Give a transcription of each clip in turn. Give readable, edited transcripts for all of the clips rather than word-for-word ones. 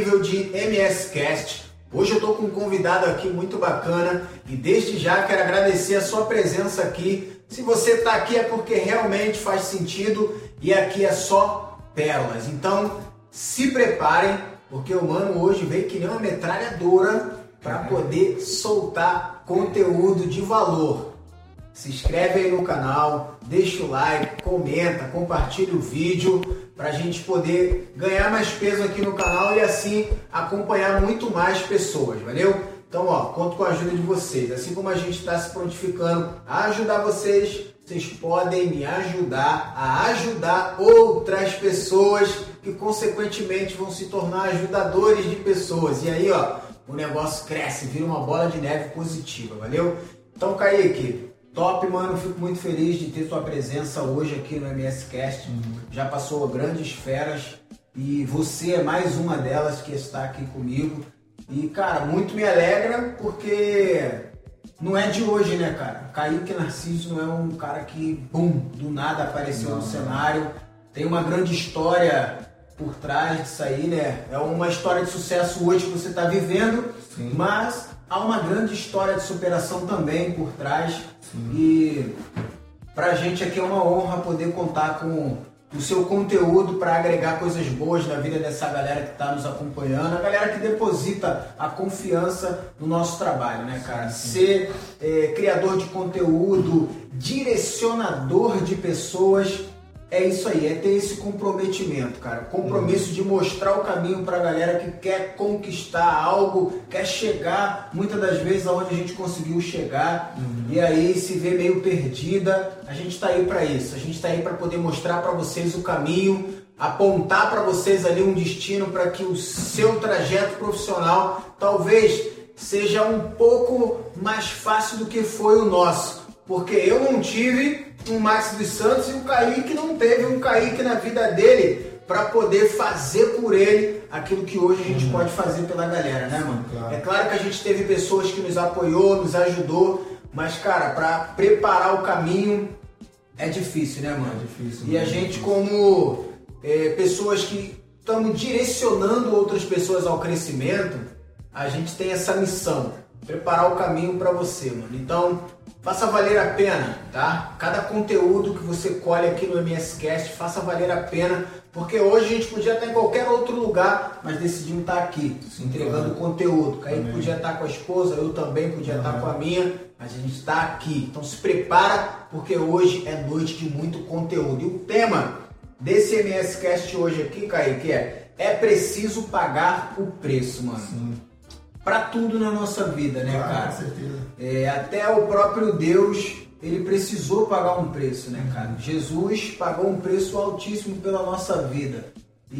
nível de MS Cast. Hoje eu estou com um convidado aqui muito bacana e desde já quero agradecer a sua presença aqui. Se você está aqui é porque realmente faz sentido e aqui é só pérolas. Então se preparem, porque o mano hoje veio que nem uma metralhadora para poder soltar conteúdo de valor. Se inscreve aí no canal, deixa o like, comenta, compartilha o vídeo para a gente poder ganhar mais peso aqui no canal e assim acompanhar muito mais pessoas, valeu? Então, conto com a ajuda de vocês. Assim como a gente está se prontificando a ajudar vocês, vocês podem me ajudar a ajudar outras pessoas que consequentemente vão se tornar ajudadores de pessoas. E aí, o negócio cresce, vira uma bola de neve positiva, valeu? Então, Kaique, top, mano, fico muito feliz de ter sua presença hoje aqui no MS Cast. Já passou grandes feras e você é mais uma delas que está aqui comigo. E, cara, muito me alegra porque não é de hoje, né, cara? Kaique Narciso não é um cara que, do nada apareceu no cenário. Tem uma grande história por trás disso aí, né? É uma história de sucesso hoje que você está vivendo, sim, mas há uma grande história de superação também por trás. Sim. E pra gente aqui é uma honra poder contar com o seu conteúdo para agregar coisas boas na vida dessa galera que está nos acompanhando, a galera que deposita a confiança no nosso trabalho, né, cara? Sim. Ser criador de conteúdo, direcionador de pessoas, é isso aí, é ter esse comprometimento, cara. Compromisso de mostrar o caminho pra galera que quer conquistar algo, quer chegar, muitas das vezes, aonde a gente conseguiu chegar, e aí se vê meio perdida. A gente tá aí pra isso, a gente tá aí pra poder mostrar pra vocês o caminho, apontar pra vocês ali um destino para que o seu trajeto profissional talvez seja um pouco mais fácil do que foi o nosso. Porque eu não tive um Max dos Santos e o Kaique não teve um Kaique na vida dele para poder fazer por ele aquilo que hoje a gente pode fazer pela galera, né, mano? Claro. É claro que a gente teve pessoas que nos apoiou, nos ajudou, mas, cara, para preparar o caminho é difícil, né, mano? É difícil. E a gente, como pessoas que estamos direcionando outras pessoas ao crescimento, a gente tem essa missão, preparar o caminho para você, mano. Então, faça valer a pena, tá? Cada conteúdo que você colhe aqui no MS Cast, faça valer a pena, porque hoje a gente podia estar em qualquer outro lugar, mas decidimos estar aqui, entregando conteúdo. Kaique podia estar com a esposa, eu também podia estar com a minha, mas a gente está aqui. Então se prepara, porque hoje é noite de muito conteúdo. E o tema desse MS Cast hoje aqui, Kaique, é preciso pagar o preço, mano. Sim. Para tudo na nossa vida, né, cara? Com certeza. Até o próprio Deus, ele precisou pagar um preço, né, cara? Jesus pagou um preço altíssimo pela nossa vida.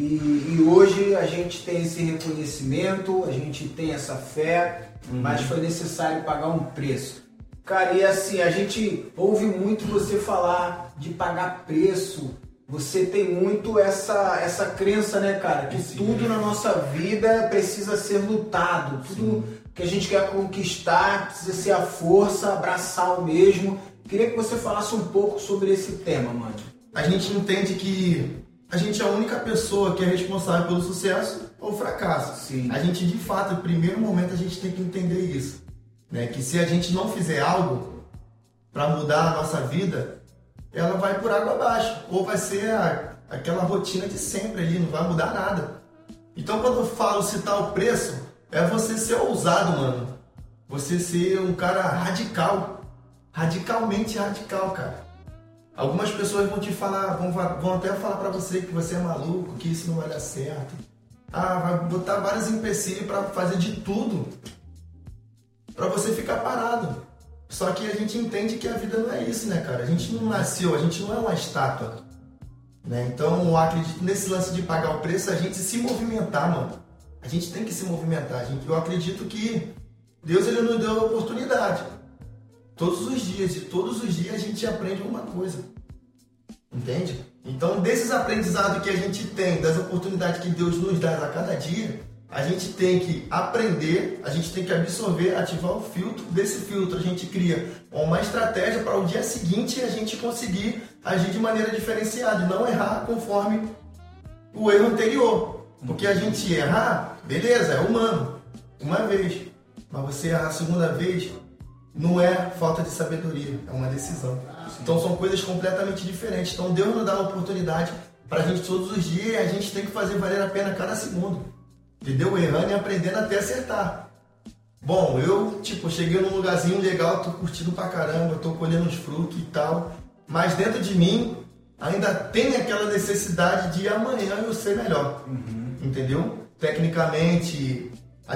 E hoje a gente tem esse reconhecimento, a gente tem essa fé, mas foi necessário pagar um preço. Cara, e assim, a gente ouve muito você falar de pagar preço. Você tem muito essa crença, né, cara? Que tudo na nossa vida precisa ser lutado. Tudo que a gente quer conquistar precisa ser a força, abraçar o mesmo. Queria que você falasse um pouco sobre esse tema, mano. A gente entende que a gente é a única pessoa que é responsável pelo sucesso ou fracasso. Sim. A gente, de fato, no primeiro momento, a gente tem que entender isso. Né? Que se a gente não fizer algo para mudar a nossa vida, ela vai por água abaixo, ou vai ser aquela rotina de sempre ali, não vai mudar nada. Então, quando eu falo citar o preço, é você ser ousado, mano. Você ser um cara radical, radicalmente radical, cara. Algumas pessoas vão te falar, vão até falar pra você que você é maluco, que isso não vai dar certo. Vai botar vários empecilhos pra fazer de tudo pra você ficar parado. Só que a gente entende que a vida não é isso, né, cara? A gente não nasceu, a gente não é uma estátua, né? Então, eu acredito nesse lance de pagar o preço, a gente se movimentar, mano. A gente tem que se movimentar. Eu acredito que Deus, ele nos deu a oportunidade. Todos os dias, e todos os dias a gente aprende alguma coisa. Entende? Então, desses aprendizados que a gente tem, das oportunidades que Deus nos dá a cada dia, a gente tem que aprender, a gente tem que absorver, ativar o filtro. Desse filtro a gente cria uma estratégia para o dia seguinte a gente conseguir agir de maneira diferenciada e não errar conforme o erro anterior. Porque a gente errar, beleza, é humano, uma vez. Mas você errar a segunda vez não é falta de sabedoria, é uma decisão. Então são coisas completamente diferentes. Então Deus nos dá a oportunidade pra gente todos os dias e a gente tem que fazer valer a pena cada segundo. Entendeu? Errando e aprendendo até acertar. Bom, eu, cheguei num lugarzinho legal, tô curtindo pra caramba, tô colhendo os frutos e tal. Mas dentro de mim ainda tem aquela necessidade de amanhã eu ser melhor. Entendeu? Tecnicamente,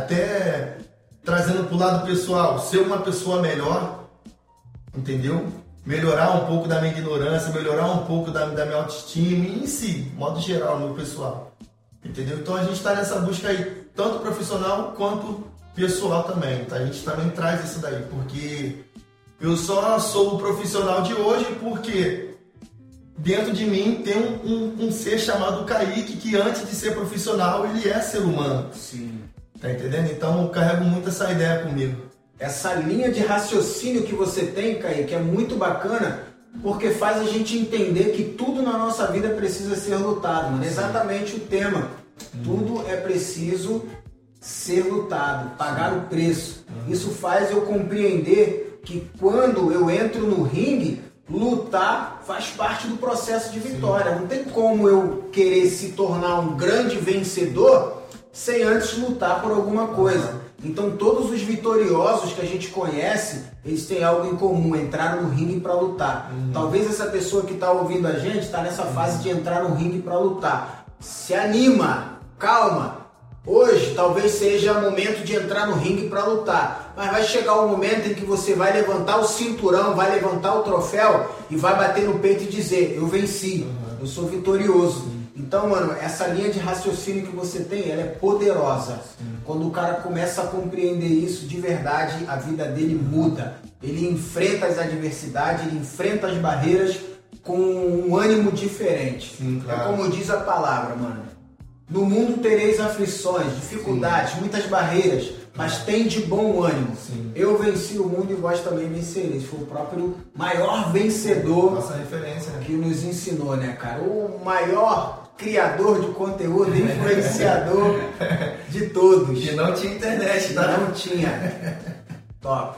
até trazendo pro lado pessoal, ser uma pessoa melhor, entendeu? Melhorar um pouco da minha ignorância, melhorar um pouco da minha autoestima e em si, modo geral, no pessoal. Entendeu? Então a gente está nessa busca aí, tanto profissional quanto pessoal também. Tá? A gente também traz isso daí, porque eu só sou o profissional de hoje porque dentro de mim tem um ser chamado Kaique, que antes de ser profissional, ele é ser humano. Sim. Tá entendendo? Então eu carrego muito essa ideia comigo. Essa linha de raciocínio que você tem, Kaique, é muito bacana, porque faz a gente entender que tudo na nossa vida precisa ser lutado, mano. É exatamente o tema. Tudo é preciso ser lutado, pagar o preço. Isso faz eu compreender que quando eu entro no ringue, lutar faz parte do processo de vitória. Não tem como eu querer se tornar um grande vencedor sem antes lutar por alguma coisa. Então todos os vitoriosos que a gente conhece, eles têm algo em comum, entraram no ringue para lutar. Talvez essa pessoa que está ouvindo a gente está nessa fase de entrar no ringue para lutar. Se anima, calma. Hoje talvez seja o momento de entrar no ringue para lutar, mas vai chegar um momento em que você vai levantar o cinturão, vai levantar o troféu e vai bater no peito e dizer: eu venci, eu sou vitorioso. Então, mano, essa linha de raciocínio que você tem, ela é poderosa. Quando o cara começa a compreender isso de verdade, a vida dele muda. Ele enfrenta as adversidades, ele enfrenta as barreiras com um ânimo diferente. Sim, claro. É como diz a palavra, mano. No mundo tereis aflições, dificuldades, muitas barreiras, mas tem de bom ânimo. Eu venci o mundo e vós também vencereis. Foi o próprio maior vencedor, nossa referência, né? Que nos ensinou, né, cara? O maior criador de conteúdo, influenciador de todos. E não tinha internet, tá? Não tinha. Top.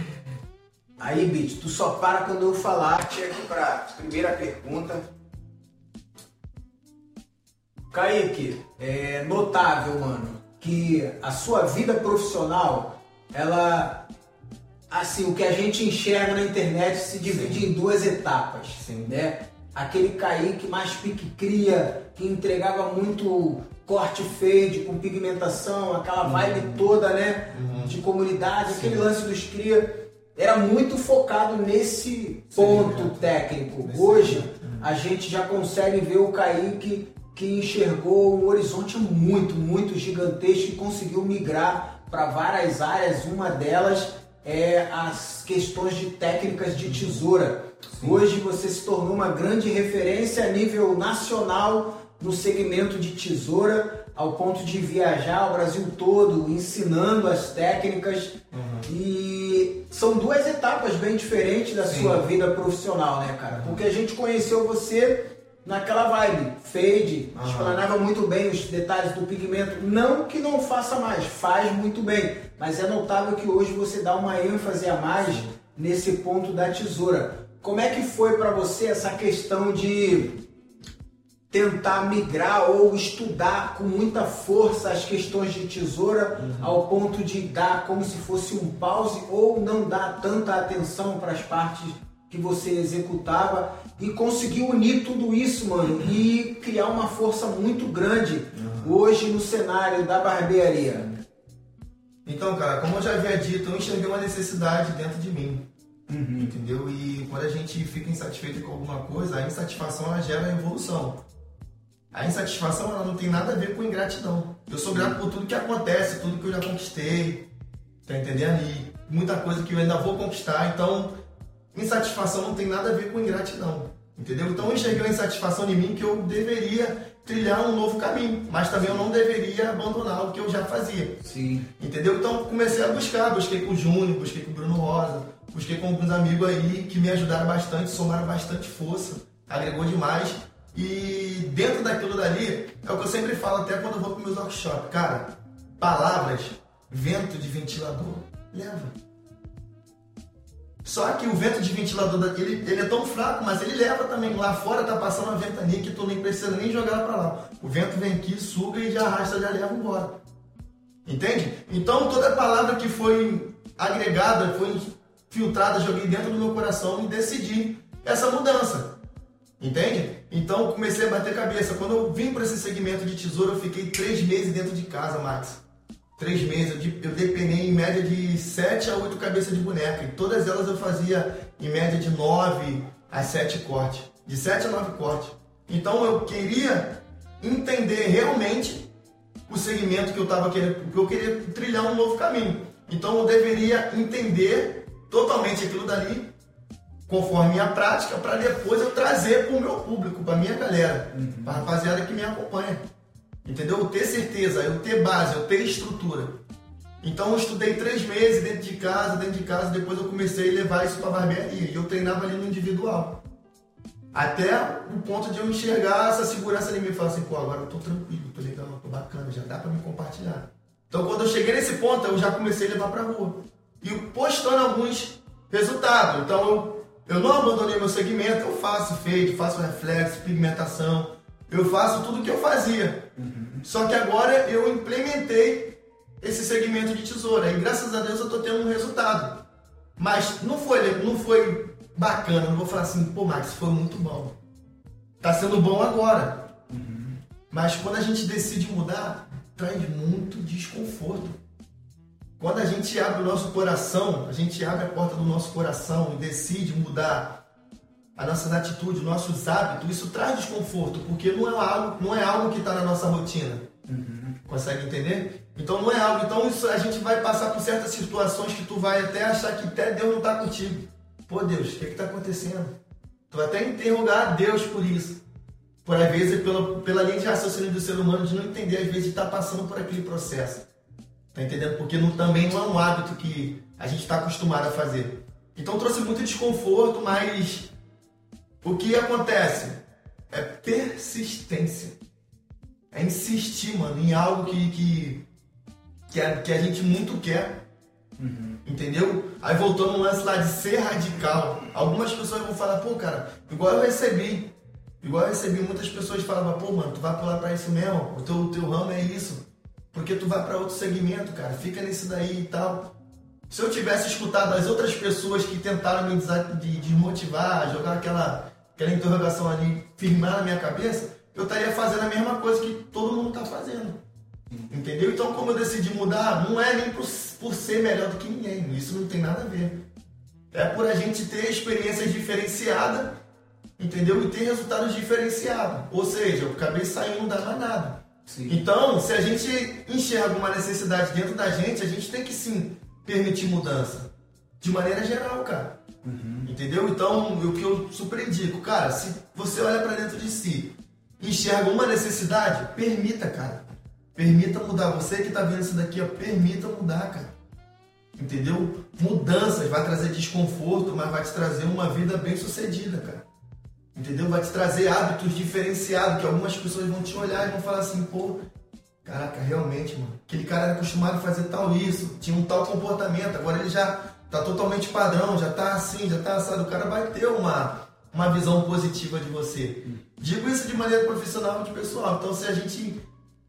Aí, Bit, tu só para quando eu falar. Chega aqui pra primeira pergunta. Kaique, é notável, mano, que a sua vida profissional, ela, assim, o que a gente enxerga na internet se divide em duas etapas, né? Aquele Kaique mais pique-cria, que entregava muito corte fade com pigmentação, aquela vibe toda, né? De comunidade, aquele lance dos cria, era muito focado nesse ponto técnico. Hoje, a gente já consegue ver o Kaique que enxergou um horizonte muito gigantesco e conseguiu migrar para várias áreas. Uma delas é as questões de técnicas de tesoura. Hoje você se tornou uma grande referência a nível nacional no segmento de tesoura, ao ponto de viajar o Brasil todo ensinando as técnicas. E são duas etapas bem diferentes da sua vida profissional, né, cara? Porque a gente conheceu você naquela vibe, fade, explanava muito bem os detalhes do pigmento. Não que não faça mais, faz muito bem, mas é notável que hoje você dá uma ênfase a mais nesse ponto da tesoura. Como é que foi para você essa questão de tentar migrar ou estudar com muita força as questões de tesoura ao ponto de dar como se fosse um pause ou não dar tanta atenção para as partes que você executava e conseguir unir tudo isso, mano, e criar uma força muito grande hoje no cenário da barbearia? Então, cara, como eu já havia dito, eu enxerguei uma necessidade dentro de mim, entendeu? E quando a gente fica insatisfeito com alguma coisa, a insatisfação ela gera evolução. A insatisfação ela não tem nada a ver com ingratidão. Eu sou grato por tudo que acontece, tudo que eu já conquistei, tá entendendo? E muita coisa que eu ainda vou conquistar, então insatisfação não tem nada a ver com ingratidão, entendeu? Então eu enxerguei uma insatisfação em mim que eu deveria trilhar um novo caminho, mas também eu não deveria abandonar o que eu já fazia. Entendeu? Então comecei a busquei com o Júnior, busquei com o Bruno Rosa, busquei com alguns amigos aí que me ajudaram bastante, somaram bastante força, agregou demais. E dentro daquilo dali, é o que eu sempre falo até quando eu vou para meus workshops. Cara, palavras, vento de ventilador, leva. Só que o vento de ventilador, ele é tão fraco, mas ele leva também. Lá fora tá passando uma ventania que tu nem precisa nem jogar para lá. O vento vem aqui, suga e já arrasta, já leva embora. Entende? Então toda palavra que foi agregada, foi filtrada, joguei dentro do meu coração e decidi essa mudança. Entende? Então eu comecei a bater cabeça. Quando eu vim para esse segmento de tesouro, eu fiquei 3 meses dentro de casa, Max. 3 meses. Eu depenei em média de 7 a 8 cabeças de boneca. E todas elas eu fazia em média de 9 a 7 cortes. De 7 a 9 cortes. Então eu queria entender realmente o segmento que eu estava querendo, porque eu queria trilhar um novo caminho. Então eu deveria entender totalmente aquilo dali, conforme a prática, para depois eu trazer para o meu público, para a minha galera, para a rapaziada que me acompanha. Entendeu? Eu ter certeza, eu ter base, eu ter estrutura. Então eu estudei 3 meses dentro de casa, depois eu comecei a levar isso para a barbearia. E eu treinava ali no individual. Até o ponto de eu enxergar essa segurança em mim e falar assim, pô, agora eu tô tranquilo, tô legal, tô bacana, já dá para me compartilhar. Então quando eu cheguei nesse ponto, eu já comecei a levar para a rua. E postando alguns resultados. Então eu não abandonei meu segmento, eu faço fade, faço reflexo, pigmentação, eu faço tudo o que eu fazia. Só que agora eu implementei esse segmento de tesoura e graças a Deus eu estou tendo um resultado. Mas não foi bacana, não vou falar assim, pô Max, foi muito bom. Tá sendo bom agora. Mas quando a gente decide mudar, traz muito desconforto. Quando a gente abre o nosso coração, a gente abre a porta do nosso coração e decide mudar as nossas atitudes, nossos hábitos, isso traz desconforto, porque não é algo que está na nossa rotina. Consegue entender? Então não é algo. Então isso, a gente vai passar por certas situações que tu vai até achar que até Deus não está contigo. Pô Deus, o que está acontecendo? Tu vai até interrogar a Deus por isso. Por às vezes pela linha de raciocínio do ser humano de não entender, às vezes de estar passando por aquele processo. Tá entendendo? Porque também não é um hábito que a gente está acostumado a fazer. Então trouxe muito desconforto, mas o que acontece é persistência. É insistir, mano, em algo que a gente muito quer. Entendeu? Aí voltando no lance lá de ser radical. Algumas pessoas vão falar, pô, cara, igual eu recebi, muitas pessoas falavam, pô, mano, tu vai pular pra isso mesmo, o teu ramo é isso. Porque tu vai para outro segmento, cara, fica nesse daí e tal. Se eu tivesse escutado as outras pessoas que tentaram me desmotivar, jogar aquela interrogação ali, firmar na minha cabeça, eu estaria fazendo a mesma coisa que todo mundo está fazendo. Entendeu? Então, como eu decidi mudar, não é nem por ser melhor do que ninguém, isso não tem nada a ver. É por a gente ter experiências diferenciadas, entendeu? E ter resultados diferenciados. Ou seja, eu acabei saindo, não dá mais nada. Sim. Então, se a gente enxerga uma necessidade dentro da gente, a gente tem que sim permitir mudança. De maneira geral, cara. Entendeu? Então, o que eu super indico, cara, se você olha pra dentro de si, enxerga uma necessidade, permita, cara. Permita mudar. Você que tá vendo isso daqui, ó, permita mudar, cara. Entendeu? Mudanças vai trazer desconforto, mas vai te trazer uma vida bem sucedida, cara. Entendeu? Vai te trazer hábitos diferenciados, que algumas pessoas vão te olhar e vão falar assim, pô, caraca, realmente, mano, aquele cara era acostumado a fazer tal isso, tinha um tal comportamento, agora ele já tá totalmente padrão, já tá assim, já tá assado. O cara vai ter uma visão positiva de você. Digo isso de maneira profissional e de pessoal. Então, se a gente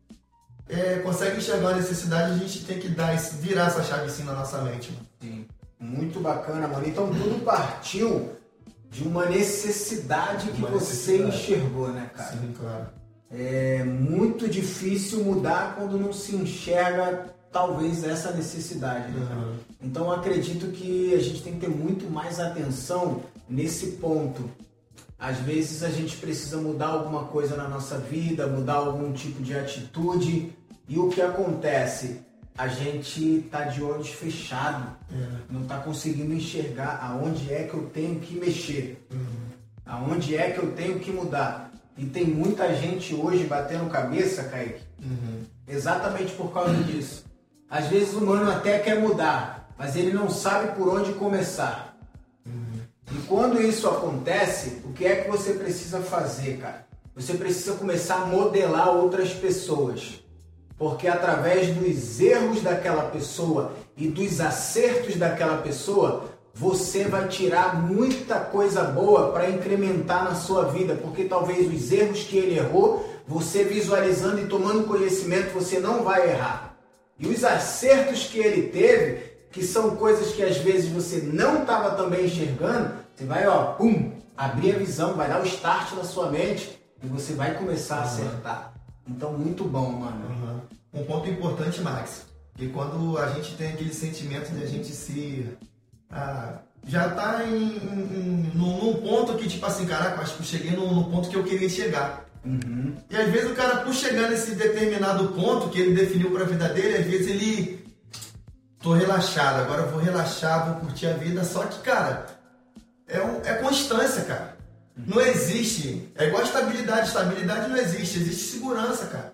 consegue enxergar a necessidade, a gente tem que virar essa chave sim na nossa mente, mano. Sim, muito bacana, mano. Então, tudo partiu de uma necessidade que você enxergou, né, cara? Sim, claro. É muito difícil mudar quando não se enxerga, talvez, essa necessidade, né, cara? Então, eu acredito que a gente tem que ter muito mais atenção nesse ponto. Às vezes, a gente precisa mudar alguma coisa na nossa vida, mudar algum tipo de atitude, e o que acontece? A gente tá de olhos fechados, não tá conseguindo enxergar aonde é que eu tenho que mexer, aonde é que eu tenho que mudar. E tem muita gente hoje batendo cabeça, Kaique, exatamente por causa disso. Às vezes o mano até quer mudar, mas ele não sabe por onde começar. E quando isso acontece, o que é que você precisa fazer, cara? você precisa começar a modelar outras pessoas. Porque através dos erros daquela pessoa e dos acertos daquela pessoa, você vai tirar muita coisa boa para incrementar na sua vida. Porque talvez os erros que ele errou, você visualizando e tomando conhecimento, você não vai errar. E os acertos que ele teve, que são coisas que às vezes você não estava também enxergando, você vai, abrir a visão, vai dar o start na sua mente e você vai começar a acertar. Então, muito bom, mano. Um ponto importante, Max, que quando a gente tem aquele sentimento de a gente já tá num ponto que, tipo assim, caraca, acho que eu cheguei no ponto que eu queria chegar. E às vezes o cara, por chegar nesse determinado ponto que ele definiu para a vida dele, às vezes ele... Tô relaxado, agora eu vou relaxar, vou curtir a vida. Só que, cara, é constância, cara. Não existe. É igual estabilidade. Estabilidade não existe. Existe segurança, cara.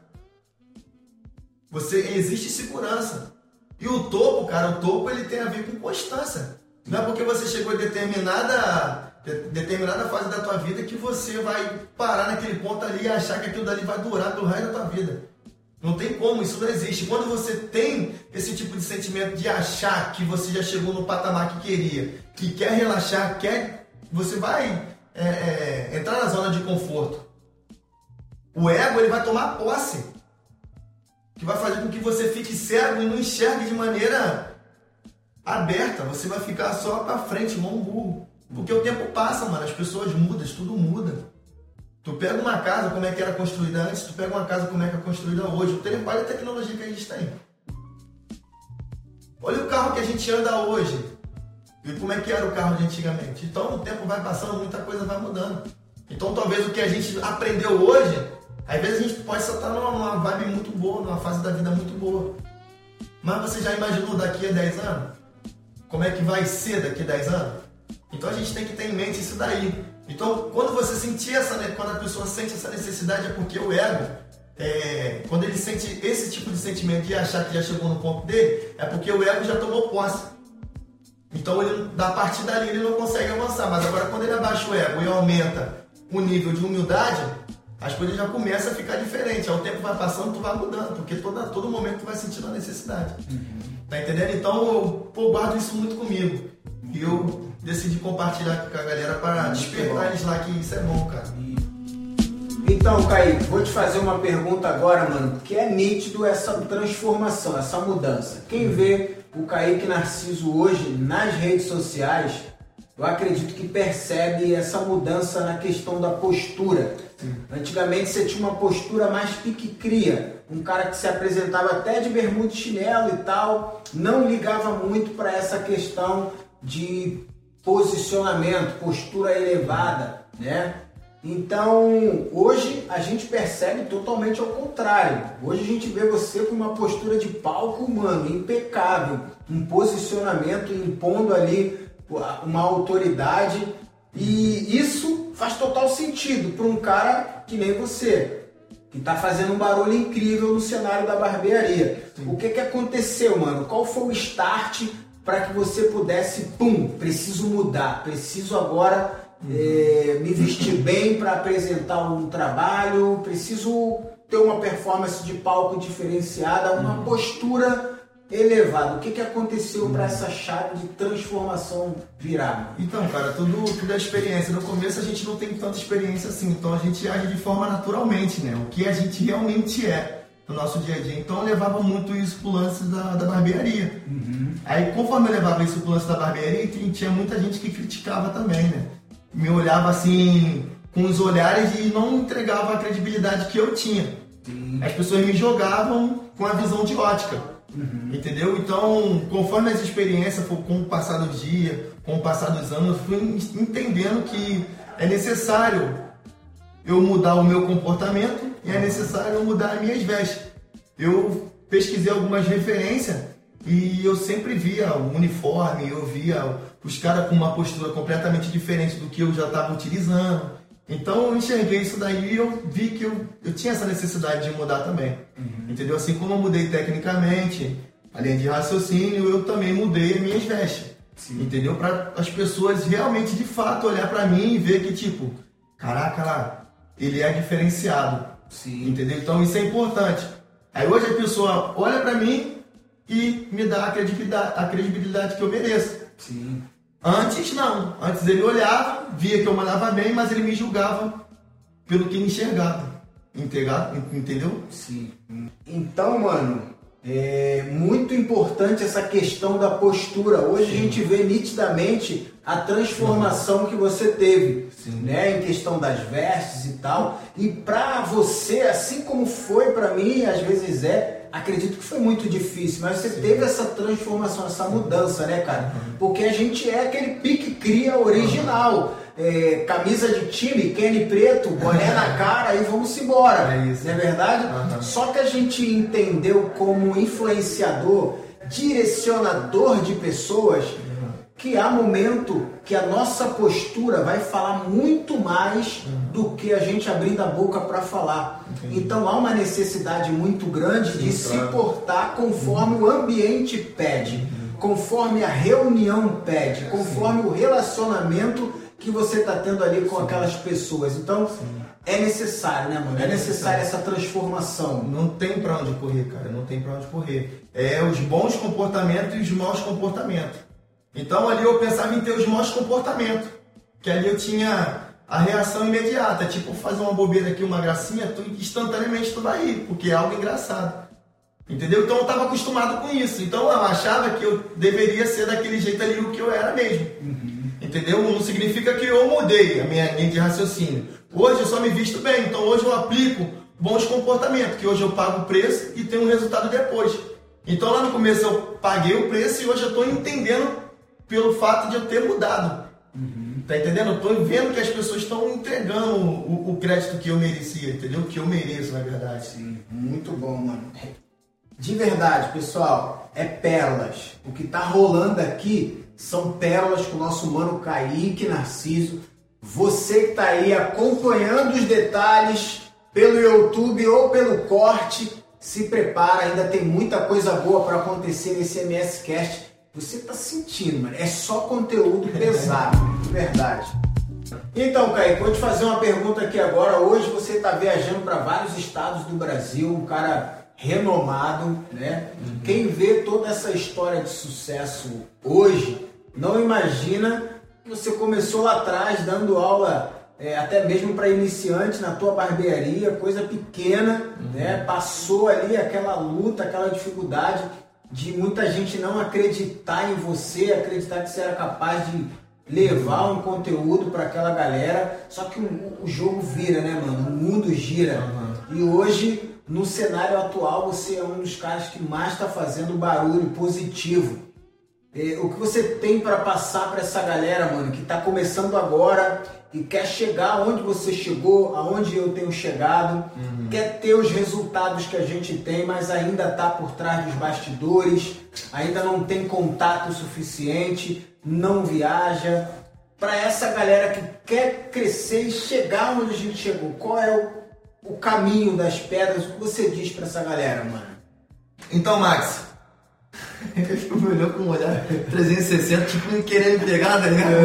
Existe segurança. E o topo, cara, o topo ele tem a ver com constância. Não é porque você chegou em determinada fase da tua vida que você vai parar naquele ponto ali e achar que aquilo dali vai durar pelo resto da tua vida. Não tem como, isso não existe. Quando você tem esse tipo de sentimento de achar que você já chegou no patamar que queria, que quer relaxar, você vai entrar na zona de conforto. O ego ele vai tomar posse, que vai fazer com que você fique cego e não enxergue de maneira aberta. Você vai ficar só pra frente, igual um burro. Porque o tempo passa, mano, as pessoas mudam, tudo muda. Tu pega uma casa, como é que era construída antes, tu pega uma casa, como é que é construída hoje. Olha a tecnologia que a gente tem. Olha o carro que a gente anda hoje. E como é que era o carro de antigamente. Então o tempo vai passando, muita coisa vai mudando. Então talvez o que a gente aprendeu hoje, às vezes a gente pode só estar numa vibe muito boa, numa fase da vida muito boa. Mas você já imaginou daqui a 10 anos? Como é que vai ser daqui a 10 anos? Então a gente tem que ter em mente isso daí. Então, quando você sentir quando a pessoa sente essa necessidade, é porque o ego, quando ele sente esse tipo de sentimento de achar que já chegou no ponto dele, é porque o ego já tomou posse. Então, a partir dali ele não consegue avançar. Mas agora, quando ele abaixa o ego e aumenta o nível de humildade, as coisas já começam a ficar diferentes. Aí o tempo vai passando, tu vai mudando, porque todo momento tu vai sentindo a necessidade. Tá entendendo? Então, eu guardo isso muito comigo. E eu decidi compartilhar aqui com a galera para despertar eles lá que isso é bom, cara. Então, Kaique, vou te fazer uma pergunta agora, mano, porque é nítido essa transformação, essa mudança. Quem vê o Kaique Narciso hoje nas redes sociais, eu acredito que percebe essa mudança na questão da postura. Antigamente você tinha uma postura mais pique-cria, um cara que se apresentava até de bermuda e chinelo e tal, não ligava muito para essa questão de posicionamento, postura elevada, né? Então, hoje a gente percebe totalmente ao contrário. Hoje a gente vê você com uma postura de palco, mano, impecável, um posicionamento impondo ali uma autoridade, e isso faz total sentido para um cara que nem você, que tá fazendo um barulho incrível no cenário da barbearia. Sim. O que aconteceu, mano? Qual foi o start para que você pudesse, preciso mudar, preciso agora me vestir bem para apresentar um trabalho, preciso ter uma performance de palco diferenciada, uma postura elevada. O que aconteceu para essa chave de transformação virar? Então, cara, tudo é experiência. No começo a gente não tem tanta experiência assim, então a gente age de forma naturalmente, né? O que a gente realmente é no nosso dia a dia. Então eu levava muito isso pro lance da barbearia. Aí conforme eu levava isso pro lance da barbearia, tinha muita gente que criticava também, né? Me olhava assim, com os olhares e não entregava a credibilidade que eu tinha. As pessoas me jogavam com a visão de ótica. Entendeu? Então, conforme as experiências, com o passar dos dias, com o passar dos anos, eu fui entendendo que é necessário eu mudar o meu comportamento e é necessário eu mudar as minhas vestes. Eu pesquisei algumas referências e eu sempre via o uniforme, eu via os caras com uma postura completamente diferente do que eu já estava utilizando. Então eu enxerguei isso daí e eu vi que eu tinha essa necessidade de mudar também. Entendeu? Assim como eu mudei tecnicamente, além de raciocínio, eu também mudei as minhas vestes. Entendeu? Para as pessoas realmente, de fato, olhar para mim e ver que, tipo, caraca lá, ele é diferenciado. Sim. Entendeu? Então isso é importante. Aí hoje a pessoa olha pra mim e me dá a credibilidade que eu mereço. Sim. Antes não. Antes ele olhava, via que eu mandava bem, mas ele me julgava pelo que me enxergava. Entendeu? Sim. Então, mano, é muito importante essa questão da postura. Hoje a gente vê nitidamente a transformação que você teve, né, em questão das vestes e tal. E pra você, assim como foi pra mim, às vezes acredito que foi muito difícil, mas você teve essa transformação, essa mudança, né, cara? Porque a gente é aquele pique cria original. Camisa de time, Kenny preto, boné na cara e vamos embora. É isso. Não é verdade? Só que a gente entendeu como influenciador, direcionador de pessoas, que há momento que a nossa postura vai falar muito mais do que a gente abrindo a boca para falar. Então há uma necessidade muito grande de se portar conforme o ambiente pede, conforme a reunião pede, conforme o relacionamento que você está tendo ali com aquelas pessoas. Então, é necessário, né, mano? É necessária essa transformação. Não tem pra onde correr, cara. Não tem pra onde correr. É os bons comportamentos e os maus comportamentos. Então, ali eu pensava em ter os maus comportamentos. Que ali eu tinha a reação imediata. Tipo, fazer uma bobeira aqui, uma gracinha, instantaneamente tu vai rir, porque é algo engraçado. Entendeu? Então, eu estava acostumado com isso. Então, eu achava que eu deveria ser daquele jeito ali o que eu era mesmo. Entendeu? Não significa que eu mudei a minha linha de raciocínio. Hoje eu só me visto bem, então hoje eu aplico bons comportamentos, que hoje eu pago o preço e tenho um resultado depois. Então lá no começo eu paguei o preço e hoje eu estou entendendo pelo fato de eu ter mudado. Tá entendendo? Eu estou vendo que as pessoas estão entregando o crédito que eu merecia, entendeu? Que eu mereço, na verdade. Sim, muito bom, mano. De verdade, pessoal, é pérolas. O que tá rolando aqui são pérolas com o nosso mano Kaique Narciso. Você que tá aí acompanhando os detalhes pelo YouTube ou pelo corte, se prepara, ainda tem muita coisa boa para acontecer nesse MS Cast. Você tá sentindo, mano, é só conteúdo pesado, de verdade. Então, Kaique, vou te fazer uma pergunta aqui agora. Hoje você tá viajando para vários estados do Brasil, um cara renomado, né? Quem vê toda essa história de sucesso hoje não imagina que você começou lá atrás dando aula até mesmo para iniciante na tua barbearia, coisa pequena, né? Passou ali aquela luta, aquela dificuldade de muita gente não acreditar em você, acreditar que você era capaz de levar um conteúdo para aquela galera. Só que o jogo vira, né, mano? O mundo gira. E hoje, no cenário atual, você é um dos caras que mais está fazendo barulho positivo. O que você tem para passar para essa galera, mano, que está começando agora e quer chegar onde você chegou, aonde eu tenho chegado, quer ter os resultados que a gente tem, mas ainda está por trás dos bastidores, ainda não tem contato suficiente, não viaja. Para essa galera que quer crescer e chegar onde a gente chegou, qual é o caminho das pedras? O que você diz para essa galera, mano? Então, Max, ele ficou me olhando com um olhar 360, tipo, me querendo me pegar, tá ligado?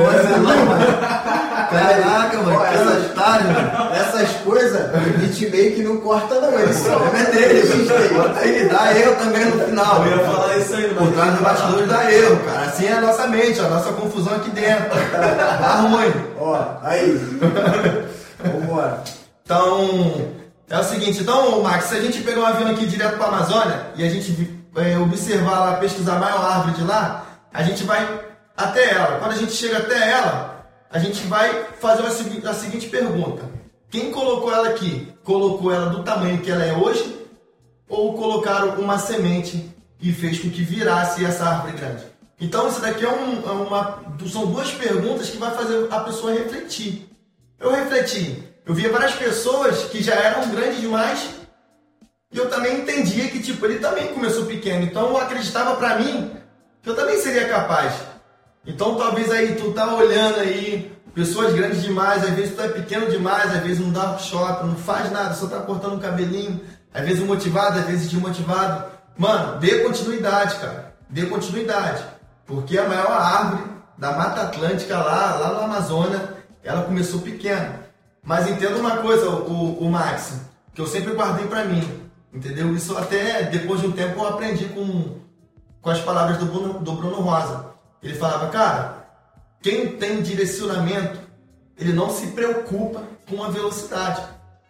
Caraca, mano, essas coisas, o beatmaker não corta não, ele só é dele, bota aí, dá erro também no final. Eu ia falar isso aí, por trás dos bastidores dá erro, cara. Assim é a nossa mente, a nossa confusão aqui dentro. Tá ruim. Ó, aí. Vambora. Então, é o seguinte, Max, se a gente pegar um avião aqui direto pra Amazônia e a gente observar lá, pesquisar a maior árvore de lá, a gente vai até ela. Quando a gente chega até ela, a gente vai fazer a seguinte pergunta: quem colocou ela aqui? Colocou ela do tamanho que ela é hoje? Ou colocaram uma semente e fez com que virasse essa árvore grande? Então isso daqui são duas perguntas que vai fazer a pessoa refletir. Eu refleti, eu via várias pessoas que já eram grandes demais e eu também entendia que tipo, ele também começou pequeno, então eu acreditava pra mim que eu também seria capaz. Então talvez aí tu tá olhando aí pessoas grandes demais, às vezes tu é pequeno demais, às vezes não dá workshop, não faz nada, só tá cortando um cabelinho, às vezes motivado, às vezes desmotivado. Mano, dê continuidade, cara, dê continuidade, porque a maior árvore da Mata Atlântica lá no Amazonas, ela começou pequena. Mas entenda uma coisa, o Max, que eu sempre guardei pra mim, entendeu? Isso até depois de um tempo eu aprendi com as palavras do Bruno Rosa. Ele falava, cara, quem tem direcionamento, ele não se preocupa com a velocidade.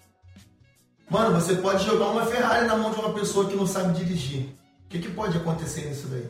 Mano, você pode jogar uma Ferrari na mão de uma pessoa que não sabe dirigir. O que pode acontecer nisso daí?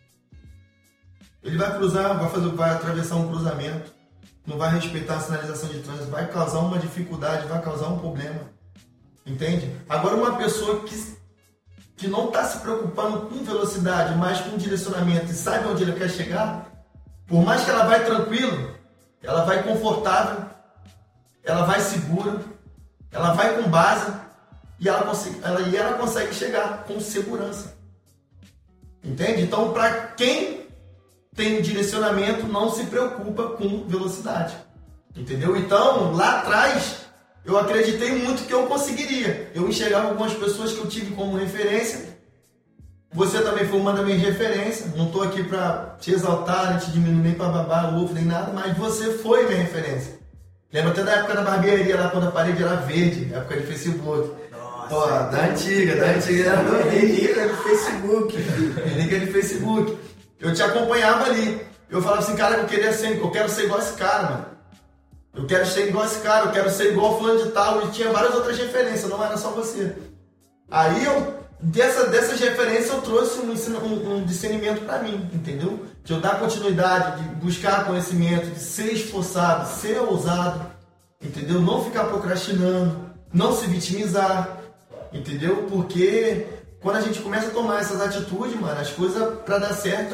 Ele vai cruzar, vai atravessar um cruzamento, não vai respeitar a sinalização de trânsito, vai causar uma dificuldade, vai causar um problema. Entende? Agora uma pessoa que não está se preocupando com velocidade, mas com direcionamento e sabe onde ele quer chegar, por mais que ela vai tranquilo, ela vai confortável, ela vai segura, ela vai com base e ela consegue chegar com segurança. Entende? Então, para quem tem direcionamento, não se preocupa com velocidade. Entendeu? Então, lá atrás, eu acreditei muito que eu conseguiria. Eu enxergava algumas pessoas que eu tive como referência. Você também foi uma das minhas referências. Não estou aqui para te exaltar, nem te diminuir, nem para babar o ovo, nem nada, mas você foi minha referência. Lembra até da época da barbearia, lá quando a parede era verde, época de Facebook. Nossa, da antiga. Relíquia do Facebook. Relíquia de Facebook. Eu te acompanhava ali. Eu falava assim, cara, eu quero ser igual esse cara, mano. Eu quero ser igual esse cara, eu quero ser igual fulano de tal. E tinha várias outras referências, não era só você. Aí dessas referências eu trouxe um discernimento pra mim, entendeu? De eu dar continuidade, de buscar conhecimento, de ser esforçado, ser ousado, entendeu? Não ficar procrastinando, não se vitimizar, entendeu? Porque quando a gente começa a tomar essas atitudes, mano, as coisas pra dar certo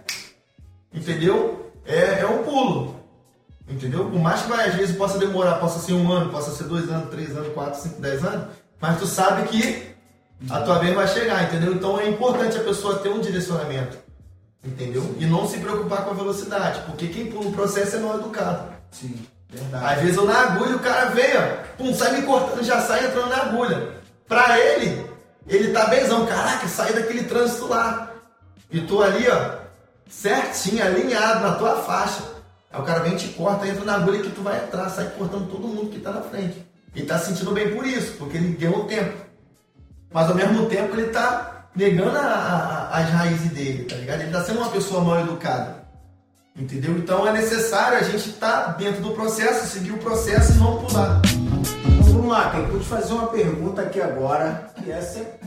entendeu? É um pulo, entendeu? Por mais que às vezes possa demorar, possa ser 1 ano, possa ser 2 anos, 3 anos, 4, 5, 10 anos, mas tu sabe que a tua vez vai chegar, entendeu? Então é importante a pessoa ter um direcionamento, entendeu? E não se preocupar com a velocidade, porque quem pula o processo é mal educado. Sim, verdade. Às vezes eu na agulha, o cara vem, ó, pum, sai me cortando, já sai entrando na agulha. Pra ele tá benzão, caraca, sai daquele trânsito lá. E tu ali, ó, certinho, alinhado na tua faixa. Aí o cara vem, te corta, entra na agulha que tu vai entrar, sai cortando todo mundo que tá na frente. E tá se sentindo bem por isso, porque ele ganhou tempo. Mas ao mesmo tempo ele tá negando as raízes dele, tá ligado? Ele tá sendo uma pessoa mal educada. Entendeu? Então é necessário a gente estar dentro do processo, seguir o processo e não pular. Então vamos lá, eu vou te fazer uma pergunta aqui agora, que essa é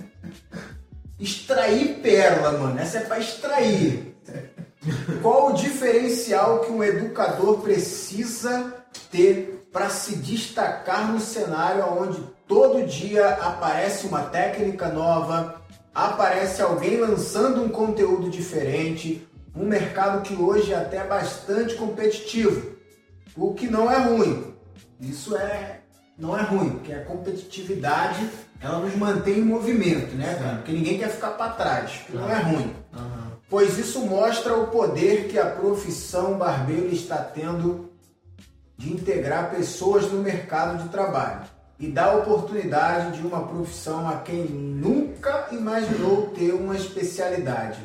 extrair pérola, mano. Essa é para extrair. Qual o diferencial que um educador precisa ter para se destacar no cenário onde todo dia aparece uma técnica nova, aparece alguém lançando um conteúdo diferente, um mercado que hoje é até bastante competitivo, o que não é ruim. Isso não é ruim, porque a competitividade ela nos mantém em movimento, né, cara? Porque ninguém quer ficar para trás, que não é ruim. Pois isso mostra o poder que a profissão barbeiro está tendo de integrar pessoas no mercado de trabalho e dar oportunidade de uma profissão a quem nunca imaginou ter uma especialidade.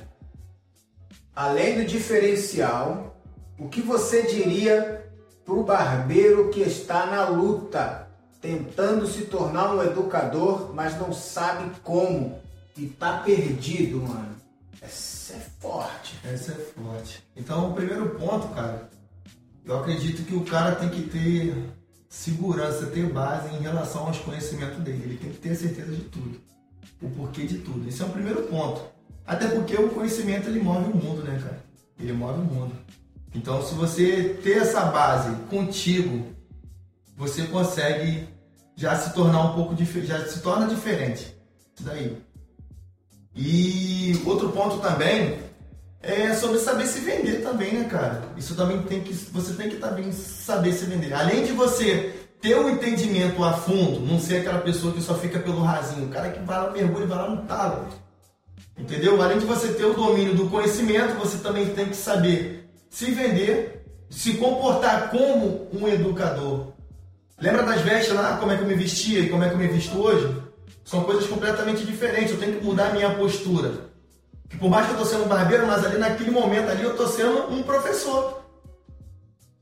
Além do diferencial, o que você diria para o barbeiro que está na luta, tentando se tornar um educador, mas não sabe como e está perdido, mano? Essa é forte. Essa é forte. Então, o primeiro ponto, cara, eu acredito que o cara tem que ter segurança, ter base em relação aos conhecimentos dele. Ele tem que ter certeza de tudo, o porquê de tudo. Esse é o primeiro ponto. Até porque o conhecimento, ele move o mundo, né, cara? Ele move o mundo. Então, se você ter essa base contigo, você consegue já se tornar um pouco diferente, já se torna diferente. Isso daí. E outro ponto também é sobre saber se vender também, né, cara? Isso também você tem que também saber se vender. Além de você ter um entendimento a fundo, não ser aquela pessoa que só fica pelo rasinho, o cara que vai lá, mergulha e vai lá no talo. Entendeu? Além de você ter o domínio do conhecimento, você também tem que saber se vender, se comportar como um educador. Lembra das vestes lá, como é que eu me vestia e como é que eu me visto hoje? São coisas completamente diferentes, eu tenho que mudar a minha postura. Que por mais que eu estou sendo um barbeiro, mas ali naquele momento ali eu estou sendo um professor.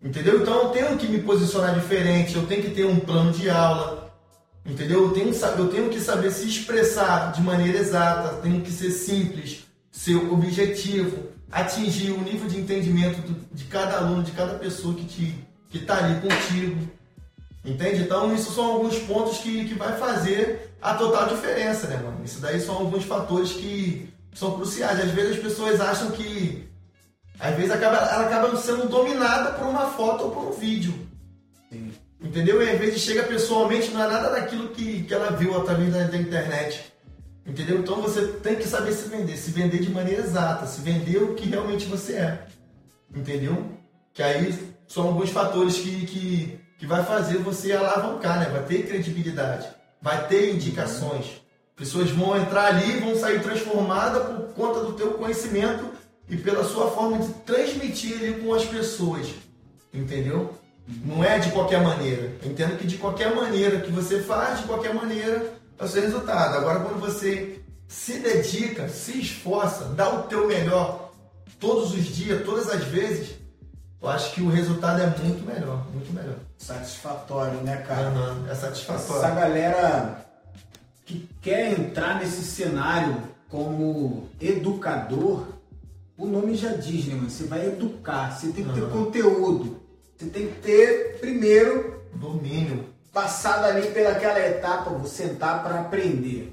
Entendeu? Então eu tenho que me posicionar diferente, eu tenho que ter um plano de aula, entendeu? Eu tenho que saber se expressar de maneira exata, tenho que ser simples, ser objetivo, atingir o nível de entendimento de cada aluno, de cada pessoa que está ali contigo, entende? Então isso são alguns pontos que vai fazer a total diferença, né, mano? Isso daí são alguns fatores que são cruciais. Às vezes as pessoas acham que às vezes ela acaba sendo dominada por uma foto ou por um vídeo. Sim. Entendeu? E às vezes chega pessoalmente, não é nada daquilo que ela viu através da internet. Entendeu? Então você tem que saber se vender de maneira exata, se vender o que realmente você é. Entendeu? Que aí são alguns fatores que vai fazer você alavancar, né? Vai ter credibilidade, vai ter indicações. Pessoas vão entrar ali e vão sair transformadas por conta do teu conhecimento e pela sua forma de transmitir ali com as pessoas, entendeu? Não é de qualquer maneira. Eu entendo que de qualquer maneira que você faz, de qualquer maneira é o seu resultado. Agora, quando você se dedica, se esforça, dá o teu melhor todos os dias, todas as vezes, eu acho que o resultado é muito melhor, muito melhor. Satisfatório, né, cara? É satisfatório. Essa galera que quer entrar nesse cenário como educador, o nome já diz, né, mano? Você vai educar, você tem que ter conteúdo, você tem que ter, primeiro, domínio. Passado ali pelaquela etapa, vou sentar para aprender.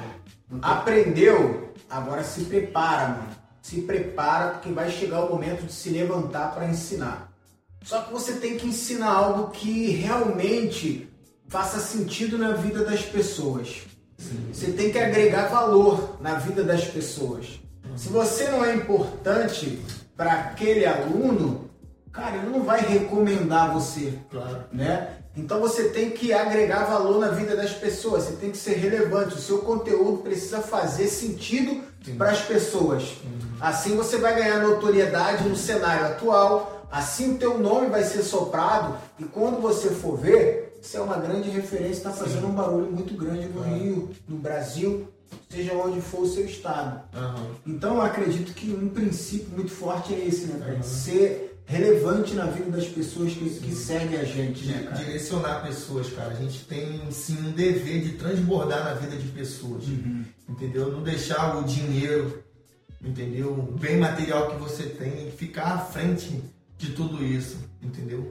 Aprendeu, agora se prepara, mano. Se prepara, porque vai chegar o momento de se levantar para ensinar. Só que você tem que ensinar algo que realmente faça sentido na vida das pessoas. Sim. Você tem que agregar valor na vida das pessoas. Se você não é importante para aquele aluno, cara, ele não vai recomendar você, claro, né? Então você tem que agregar valor na vida das pessoas, você tem que ser relevante, o seu conteúdo precisa fazer sentido para as pessoas. Assim você vai ganhar notoriedade no cenário atual, assim o teu nome vai ser soprado e quando você for ver, você é uma grande referência, está fazendo um barulho muito grande no Rio, no Brasil, seja onde for o seu estado. Então eu acredito que um princípio muito forte é esse, né, cara? Ser relevante na vida das pessoas que seguem a gente, né, cara? Direcionar pessoas, cara. A gente tem sim um dever de transbordar na vida de pessoas, entendeu? Não deixar o dinheiro, entendeu? O bem material que você tem ficar à frente de tudo isso, entendeu?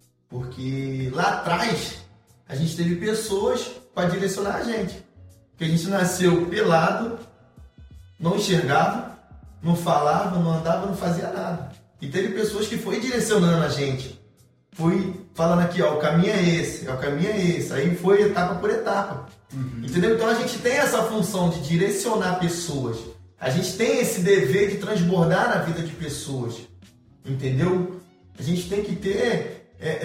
Porque lá atrás a gente teve pessoas para direcionar a gente. Porque a gente nasceu pelado, não enxergava, não falava, não andava, não fazia nada. E teve pessoas que foi direcionando a gente. Foi falando aqui, ó, o caminho é esse, ó, o caminho é esse. Aí foi etapa por etapa. Entendeu? Então a gente tem essa função de direcionar pessoas. A gente tem esse dever de transbordar na vida de pessoas. Entendeu? A gente tem que ter...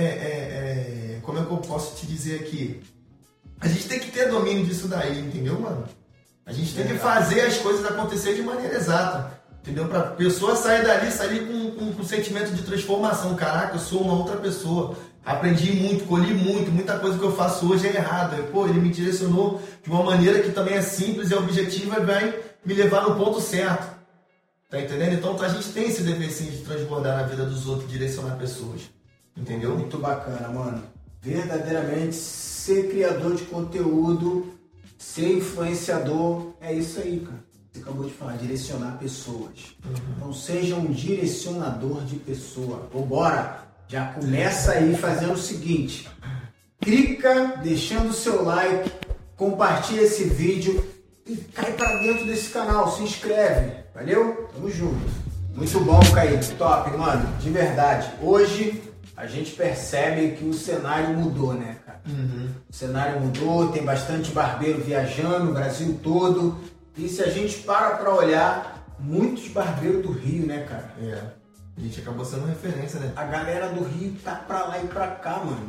como é que eu posso te dizer aqui? A gente tem que ter domínio disso daí, entendeu, mano? A gente tem que fazer as coisas acontecer de maneira exata, entendeu? Pra pessoa sair com um sentimento de transformação. Caraca, eu sou uma outra pessoa. Aprendi muito, colhi muito, muita coisa que eu faço hoje é errada. Pô, ele me direcionou de uma maneira que também é simples, é objetiva e vai me levar no ponto certo. Tá entendendo? Então a gente tem esse dever sim de transbordar na vida dos outros, direcionar pessoas. Entendeu? Muito bacana, mano. Verdadeiramente ser criador de conteúdo, ser influenciador, é isso aí, cara. Você acabou de falar, direcionar pessoas. Então seja um direcionador de pessoa. Ou bora, já começa aí fazendo o seguinte. Clica, deixando o seu like, compartilha esse vídeo e cai pra dentro desse canal, se inscreve. Valeu? Tamo junto. Muito bom, Kaique. Top, mano. De verdade. Hoje a gente percebe que o cenário mudou, né, cara? O cenário mudou, tem bastante barbeiro viajando no Brasil todo. E se a gente para olhar, muitos barbeiros do Rio, né, cara? A gente acabou sendo referência, né? A galera do Rio tá pra lá e pra cá, mano.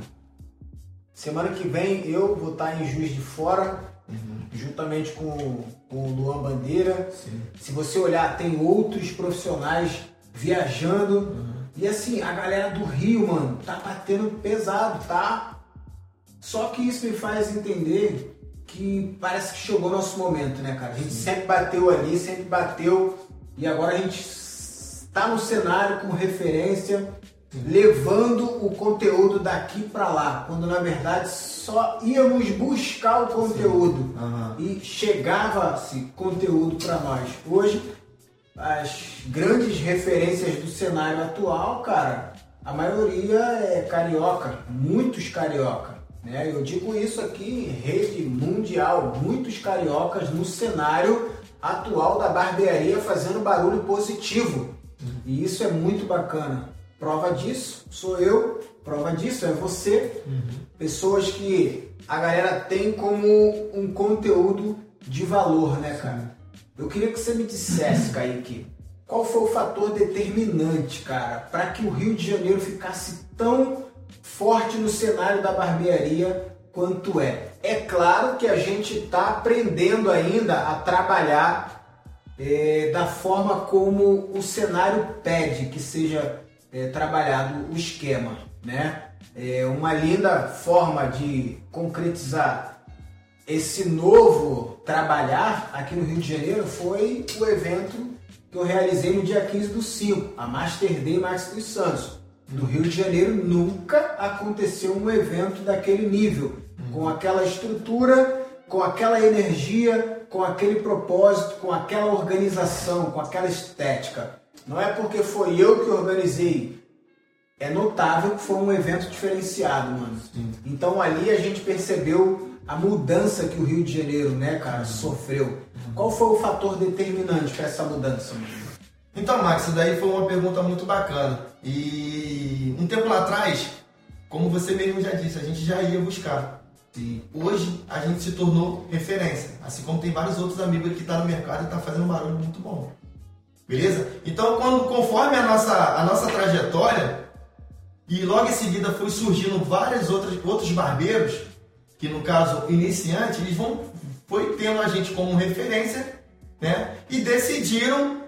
Semana que vem eu vou estar em Juiz de Fora, juntamente com o Luan Bandeira. Sim. Se você olhar, tem outros profissionais viajando. E assim, a galera do Rio, mano, tá batendo pesado, tá? Só que isso me faz entender que parece que chegou o nosso momento, né, cara? A gente sempre bateu ali, sempre bateu. E agora a gente tá no cenário como referência. levando o conteúdo daqui para lá, quando na verdade só íamos buscar o conteúdo e chegava-se conteúdo para nós. Hoje, as grandes referências do cenário atual, cara, a maioria é carioca, muitos carioca, né? Eu digo isso aqui em rede mundial, muitos cariocas no cenário atual da barbearia fazendo barulho positivo. E isso é muito bacana. Prova disso sou eu, prova disso é você. Pessoas que a galera tem como um conteúdo de valor, né, cara? Eu queria que você me dissesse, Kaique, qual foi o fator determinante, cara, para que o Rio de Janeiro ficasse tão forte no cenário da barbearia quanto é? É claro que a gente está aprendendo ainda a trabalhar da forma como o cenário pede que seja trabalhado o esquema, né? Uma linda forma de concretizar esse novo trabalhar aqui no Rio de Janeiro foi o evento que eu realizei no dia 15/5, a Master Day Marques dos Santos. No Rio de Janeiro nunca aconteceu um evento daquele nível, com aquela estrutura, com aquela energia, com aquele propósito, com aquela organização, com aquela estética. Não é porque foi eu que organizei. É notável que foi um evento diferenciado, mano. Sim. Então ali a gente percebeu a mudança que o Rio de Janeiro, né, cara, sofreu. Qual foi o fator determinante para essa mudança, mano? Então, Max, isso daí foi uma pergunta muito bacana. E um tempo lá atrás, como você mesmo já disse, a gente já ia buscar. E hoje a gente se tornou referência. Assim como tem vários outros amigos que estão no mercado e estão fazendo um barulho muito bom. Beleza? Então, conforme a nossa trajetória, e logo em seguida foi surgindo vários outros barbeiros, que no caso iniciantes, eles foi tendo a gente como referência, né? E decidiram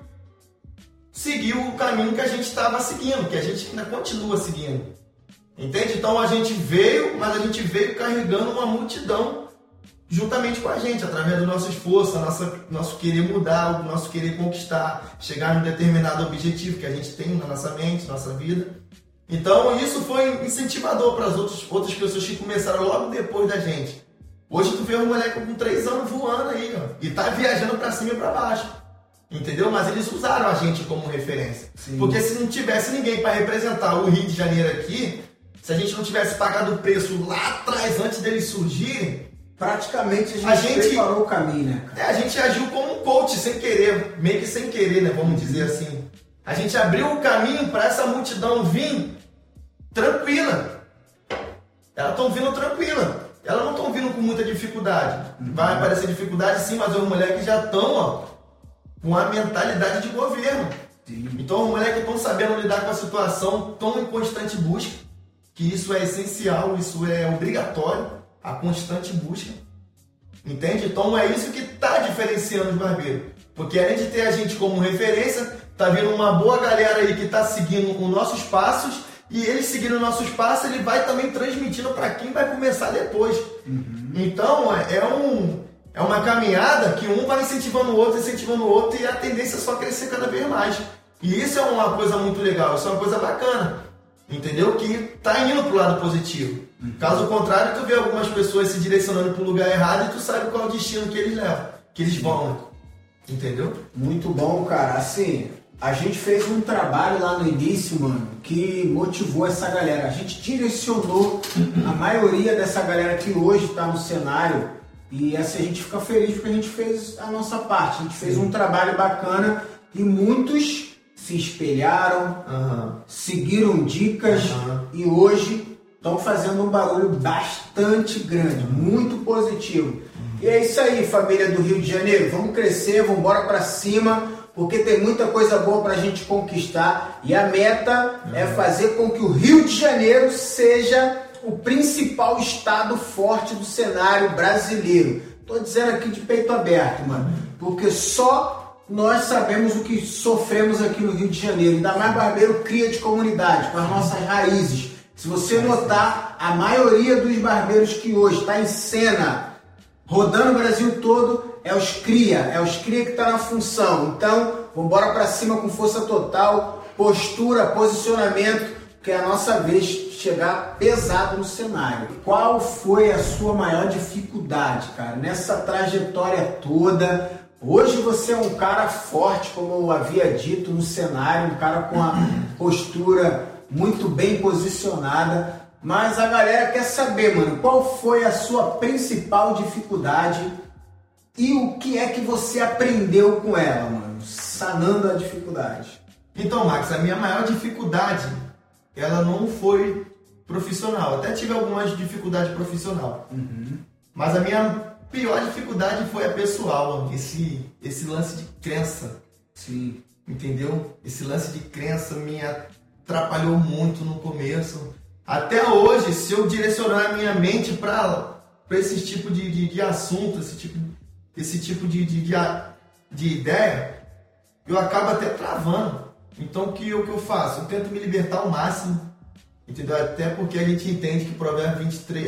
seguir o caminho que a gente estava seguindo, que a gente ainda continua seguindo. Entende? Então a gente veio, mas a gente veio carregando uma multidão juntamente com a gente, através do nosso esforço, nosso querer mudar, o nosso querer conquistar, chegar num determinado objetivo que a gente tem na nossa mente, nossa vida. Então isso foi incentivador para as outras pessoas que começaram logo depois da gente. Hoje tu vê um moleque com 3 anos voando aí, ó, e tá viajando para cima e para baixo. Entendeu? Mas eles usaram a gente como referência. Sim. Porque se não tivesse ninguém para representar o Rio de Janeiro aqui, se a gente não tivesse pagado o preço lá atrás, antes deles surgirem, praticamente a gente preparou o caminho, né? A gente agiu como um coach, sem querer, meio que sem querer, né? Vamos dizer assim. A gente abriu o caminho para essa multidão vir tranquila. Elas estão vindo tranquila. Elas não estão vindo com muita dificuldade. Vai aparecer dificuldade sim, mas os moleques já estão, ó, com a mentalidade de governo. Sim. Então os moleques estão sabendo lidar com a situação, estão em constante busca, que isso é essencial, isso é obrigatório, a constante busca. Entende? Então é isso que está diferenciando os barbeiros. Porque além de ter a gente como referência, tá vindo uma boa galera aí que está seguindo os nossos passos, e ele seguindo os nossos passos, ele vai também transmitindo para quem vai começar depois. Então é uma caminhada que um vai incentivando o outro, e a tendência é só crescer cada vez mais. E isso é uma coisa muito legal, isso é uma coisa bacana, entendeu? Que tá indo pro lado positivo. Caso contrário, tu vê algumas pessoas se direcionando pro lugar errado e tu sabe qual é o destino que eles levam, que eles vão, entendeu? Muito bom, cara. Assim, a gente fez um trabalho lá no início, mano, que motivou essa galera. A gente direcionou a maioria dessa galera que hoje tá no cenário. E assim, a gente fica feliz porque a gente fez a nossa parte. A gente fez um trabalho bacana e muitos se espelharam, seguiram dicas e hoje estão fazendo um barulho bastante grande, muito positivo. E é isso aí, família do Rio de Janeiro. Vamos crescer, vamos embora para cima, porque tem muita coisa boa para a gente conquistar. E a meta é fazer com que o Rio de Janeiro seja o principal estado forte do cenário brasileiro. Tô dizendo aqui de peito aberto, mano, porque só nós sabemos o que sofremos aqui no Rio de Janeiro. Ainda mais barbeiro cria de comunidade, com as nossas raízes. Se você notar, a maioria dos barbeiros que hoje está em cena, rodando o Brasil todo, é os cria que está na função. Então, vamos embora para cima com força total, postura, posicionamento, que é a nossa vez chegar pesado no cenário. Qual foi a sua maior dificuldade, cara, nessa trajetória toda? Hoje você é um cara forte, como eu havia dito, no cenário, um cara com a postura muito bem posicionada, mas a galera quer saber, mano, qual foi a sua principal dificuldade e o que é que você aprendeu com ela, mano, sanando a dificuldade? Então, Max, a minha maior dificuldade, ela não foi profissional. Até tive algumas dificuldades profissional. Mas a minha pior dificuldade foi a pessoal. Esse lance de crença. Sim. Entendeu? Esse lance de crença me atrapalhou muito no começo. Até hoje, se eu direcionar a minha mente para esse tipo de assunto, esse tipo de ideia, eu acabo até travando. Então o que eu faço? Eu tento me libertar ao máximo, entendeu? Até porque a gente entende que Provérbio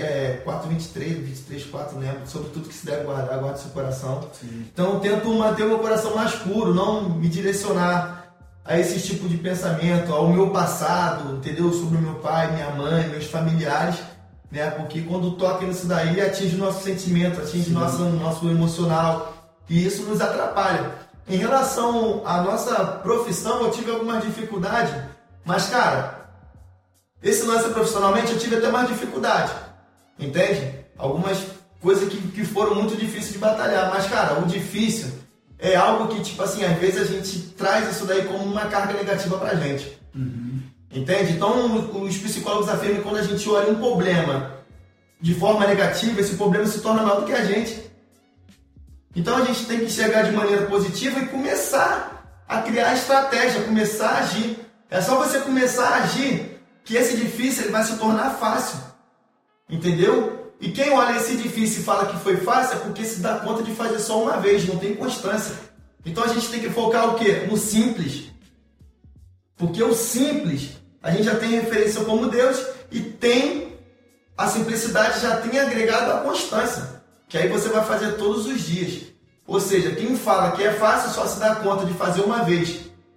23:4, lembra? Sobre tudo que se deve guardar, guarda seu coração. Sim. Então eu tento manter o meu coração mais puro, não me direcionar a esse tipo de pensamento, ao meu passado, entendeu? Sobre o meu pai, minha mãe, meus familiares, né? Porque quando toca nisso daí, atinge o nosso sentimento, atinge nosso emocional, e isso nos atrapalha. Em relação à nossa profissão, eu tive algumas dificuldades, mas, cara, esse lance profissionalmente eu tive até mais dificuldade, entende? Algumas coisas que foram muito difíceis de batalhar, mas, cara, o difícil é algo que, tipo assim, às vezes a gente traz isso daí como uma carga negativa pra gente, entende? Então, os psicólogos afirmam que quando a gente olha um problema de forma negativa, esse problema se torna maior do que a gente. Então a gente tem que chegar de maneira positiva e começar a criar estratégia, começar a agir. É só você começar a agir que esse difícil ele vai se tornar fácil. Entendeu? E quem olha esse difícil e fala que foi fácil é porque se dá conta de fazer só uma vez, não tem constância. Então a gente tem que focar o quê? No simples. Porque o simples, a gente já tem referência como Deus e tem a simplicidade, já tem agregado a constância. Que aí você vai fazer todos os dias. Ou seja, quem fala que é fácil só se dá conta de fazer uma vez.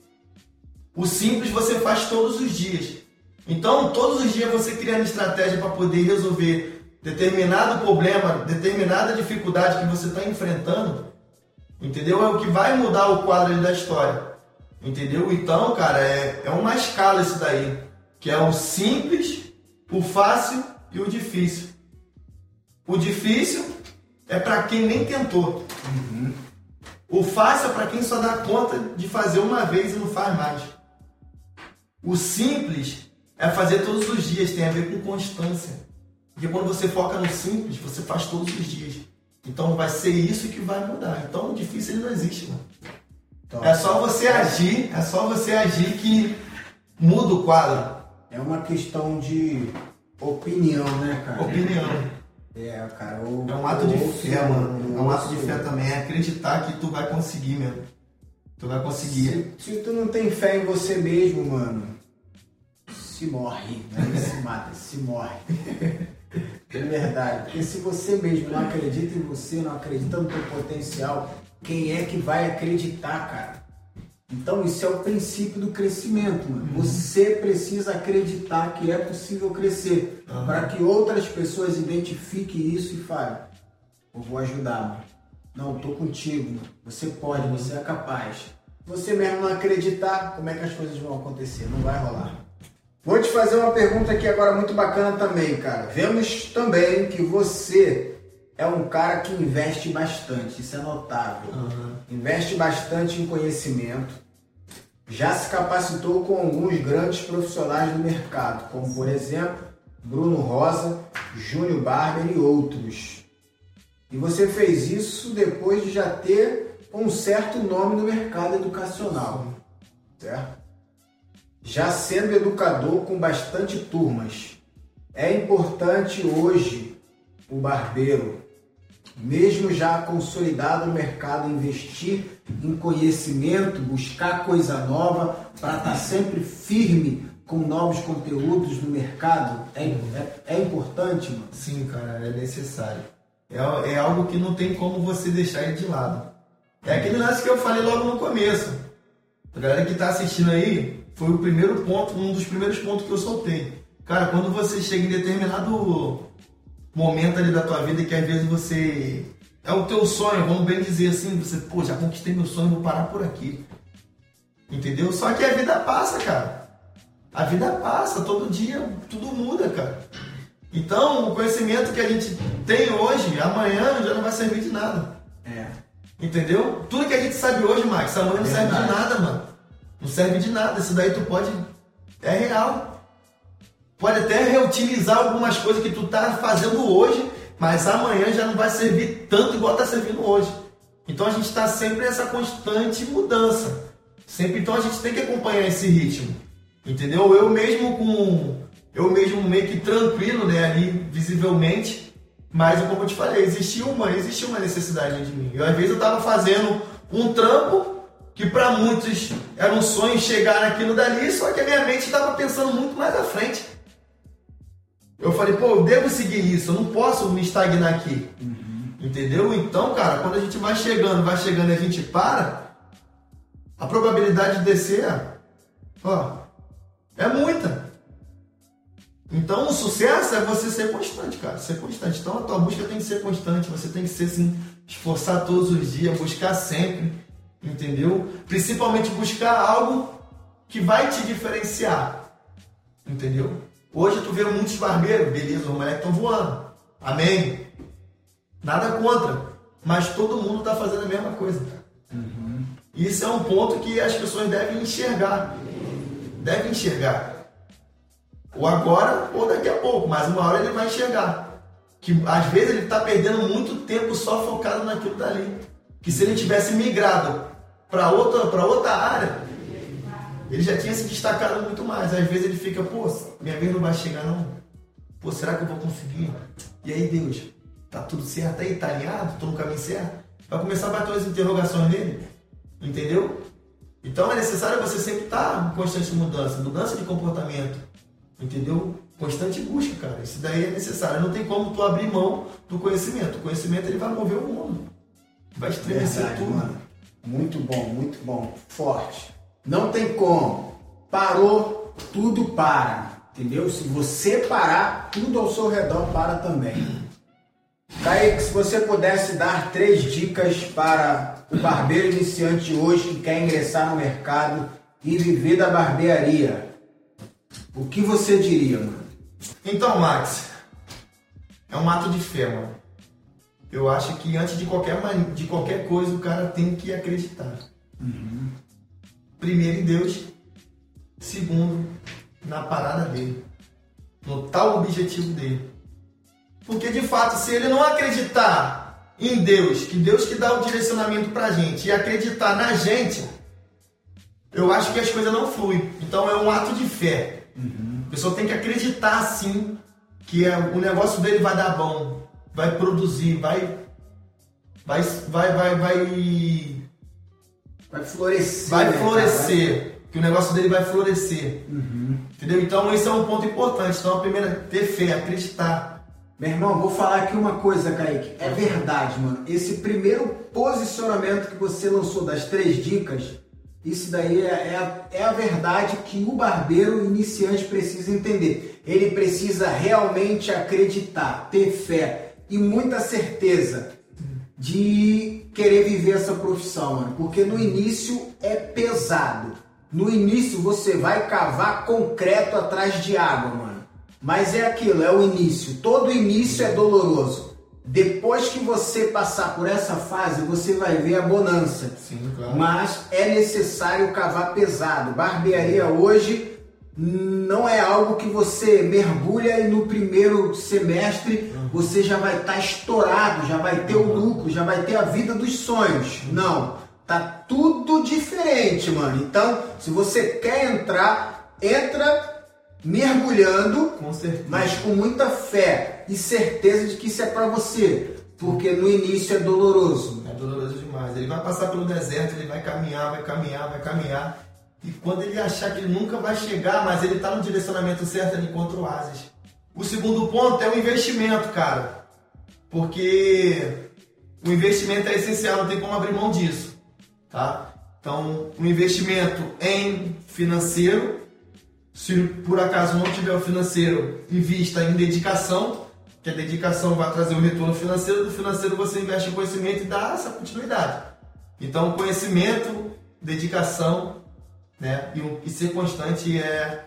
O simples você faz todos os dias. Então, todos os dias você criando estratégia para poder resolver determinado problema, determinada dificuldade que você está enfrentando, entendeu? É o que vai mudar o quadro da história. Entendeu? Então, cara, é uma escala isso daí. Que é o simples, o fácil e o difícil. O difícil é para quem nem tentou. O fácil é para quem só dá conta de fazer uma vez e não faz mais. O simples é fazer todos os dias, tem a ver com constância. Porque quando você foca no simples, você faz todos os dias. Então vai ser isso que vai mudar. Então o difícil ele não existe, mano. É só você agir, que muda o quadro. É uma questão de opinião, né, cara? Opinião. Cara. É um ato de fé, mano. É um ato de fé também. É acreditar que tu vai conseguir mesmo. Tu vai conseguir. Se tu não tem fé em você mesmo, mano, se morre. Não se mata, se morre. É verdade. Porque se você mesmo não acredita em você, não acredita no teu potencial, quem é que vai acreditar, cara? Então isso é o princípio do crescimento, mano. Você precisa acreditar que é possível crescer, para que outras pessoas identifiquem isso e falem: eu vou ajudar, mano. Não, tô contigo, mano. Você pode, você é capaz. Se você mesmo não acreditar, como é que as coisas vão acontecer? Não vai rolar. Vou te fazer uma pergunta aqui agora muito bacana também, cara. Vemos também que você é um cara que investe bastante, isso é notável. Investe bastante em conhecimento, já se capacitou com alguns grandes profissionais do mercado, como por exemplo, Bruno Rosa, Júnior Barber e outros. E você fez isso depois de já ter um certo nome no mercado educacional, certo? Já sendo educador com bastante turmas. É importante hoje o barbeiro, mesmo já consolidado no mercado, investir em conhecimento, buscar coisa nova, para estar sempre firme com novos conteúdos no mercado? É importante, mano? Sim, cara, é necessário. É algo que não tem como você deixar ele de lado. É aquele lance que eu falei logo no começo. A galera que tá assistindo aí, foi o primeiro ponto, um dos primeiros pontos que eu soltei. Cara, quando você chega em determinado momento ali da tua vida que às vezes você... É o teu sonho, vamos bem dizer assim, você, pô, já conquistei meu sonho, vou parar por aqui. Entendeu? Só que a vida passa, cara. A vida passa, todo dia tudo muda, cara. Então, o conhecimento que a gente tem hoje, amanhã já não vai servir de nada. Entendeu? Tudo que a gente sabe hoje, Max, amanhã não serve de nada, mano. Não serve de nada. Isso daí tu pode... É real. Pode até reutilizar algumas coisas que tu tá fazendo hoje, mas amanhã já não vai servir tanto igual tá servindo hoje. Então a gente tá sempre nessa constante mudança. Sempre, então a gente tem que acompanhar esse ritmo. Entendeu? Eu mesmo meio que tranquilo, né, ali visivelmente, mas como eu te falei, existia uma necessidade de mim. Às vezes eu tava fazendo um trampo que para muitos era um sonho chegar naquilo dali, só que a minha mente estava pensando muito mais à frente. Eu falei, pô, eu devo seguir isso, eu não posso me estagnar aqui. Entendeu? Então, cara, quando a gente vai chegando e a gente para, a probabilidade de descer, ó, é muita. Então o sucesso é você ser constante, cara, ser constante. Então a tua busca tem que ser constante, você tem que ser assim, esforçar todos os dias, buscar sempre, entendeu? Principalmente buscar algo que vai te diferenciar, entendeu? Hoje tu vê muitos barbeiros, beleza, os moleques estão voando, amém? Nada contra, mas todo mundo está fazendo a mesma coisa, cara. Isso é um ponto que as pessoas devem enxergar. Ou agora, ou daqui a pouco, mas uma hora ele vai enxergar. Que às vezes ele está perdendo muito tempo só focado naquilo dali. Que se ele tivesse migrado para outra área, ele já tinha se destacado muito mais. Às vezes ele fica, pô, minha vez não vai chegar não. Pô, será que eu vou conseguir? E aí, Deus, tá tudo certo aí? Tá alinhado? Tô no caminho certo? Vai começar a bater as interrogações nele. Entendeu? Então é necessário você sempre estar em constante mudança de comportamento. Entendeu? Constante busca, cara. Isso daí é necessário. Não tem como tu abrir mão do conhecimento. O conhecimento ele vai mover o mundo. Vai estremecer tudo. Mano. Muito bom. Forte. Não tem como. Parou, tudo para. Entendeu? Se você parar, tudo ao seu redor para também. Kaique, se você pudesse dar 3 dicas para o barbeiro iniciante de hoje que quer ingressar no mercado e viver da barbearia, o que você diria, mano? Então, Max, é um ato de fé, mano. Eu acho que antes de qualquer coisa o cara tem que acreditar. Primeiro em Deus, segundo na parada dele, no tal objetivo dele. Porque de fato, se ele não acreditar em Deus que dá o direcionamento pra gente, e acreditar na gente, eu acho que as coisas não fluem. Então é um ato de fé. A pessoa tem que acreditar sim que o negócio dele vai dar bom, vai produzir, vai florescer. Vai florescer. Que o negócio dele vai florescer. Entendeu? Então esse é um ponto importante. Então a primeira, ter fé, acreditar. Meu irmão, vou falar aqui uma coisa, Kaique. É verdade, mano. Esse primeiro posicionamento que você lançou das 3 dicas, isso daí é a verdade que o barbeiro iniciante precisa entender. Ele precisa realmente acreditar, ter fé e muita certeza de querer viver essa profissão, mano. Porque no início é pesado. No início você vai cavar concreto atrás de água, mano. Mas é aquilo, é o início. Todo início é doloroso. Depois que você passar por essa fase, você vai ver a bonança. Sim, claro. Mas é necessário cavar pesado. Barbearia hoje não é algo que você mergulha e no primeiro semestre você já vai estar estourado, já vai ter o lucro, já vai ter a vida dos sonhos. Não, tá tudo diferente, mano. Então, se você quer entrar, entra mergulhando, mas com muita fé e certeza de que isso é para você, porque no início é doloroso. É doloroso demais. Ele vai passar pelo deserto, ele vai caminhar, e quando ele achar que ele nunca vai chegar, mas ele está no direcionamento certo, ele encontra oásis. O segundo ponto é o investimento, cara, porque o investimento é essencial, não tem como abrir mão disso, tá? Então, um investimento em financeiro, se por acaso não tiver o financeiro, invista em dedicação, que a dedicação vai trazer o retorno financeiro, do financeiro você investe em conhecimento e dá essa continuidade. Então, conhecimento, dedicação, né? E ser constante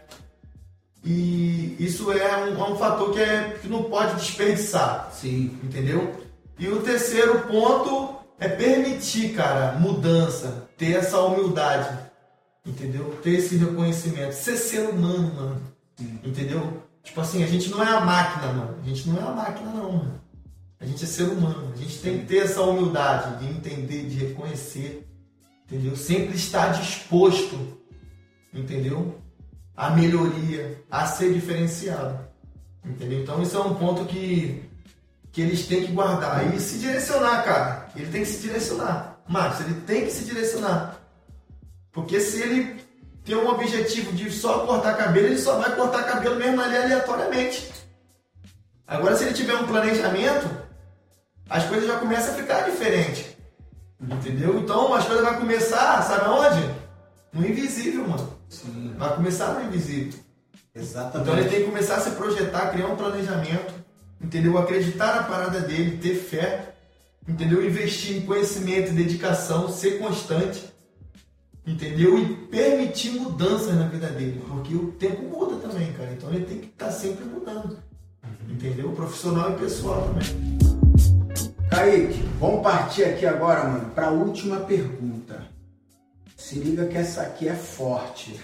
E isso é um fator que não pode desperdiçar. Sim. Entendeu? E o terceiro ponto é permitir, cara, mudança, ter essa humildade, entendeu? Ter esse reconhecimento, ser humano, mano. Sim. Entendeu? Tipo assim, a gente não é a máquina, mano. A gente não é a máquina, não, mano. A gente é ser humano. A gente tem que ter essa humildade de entender, de reconhecer, entendeu? Sempre estar disposto, entendeu? A melhoria, a ser diferenciado, entendeu? Então isso é um ponto que eles têm que guardar e se direcionar, cara. Ele tem que se direcionar. Marcos, ele tem que se direcionar. Porque se ele tem um objetivo de só cortar cabelo, ele só vai cortar cabelo mesmo ali aleatoriamente. Agora, se ele tiver um planejamento, as coisas já começam a ficar diferentes. Entendeu? Então, as coisas vão começar, sabe aonde? No invisível, mano. Sim. Vai começar no invisível. Exatamente. Então, ele tem que começar a se projetar, criar um planejamento, entendeu? Acreditar na parada dele, ter fé, entendeu? Investir em conhecimento, dedicação, ser constante, entendeu? E permitir mudanças na vida dele, porque o tempo muda também, cara. Então ele tem que estar sempre mudando, entendeu? Profissional e pessoal também. Kaique, vamos partir aqui agora, mano, para a última pergunta. Se liga que essa aqui é forte.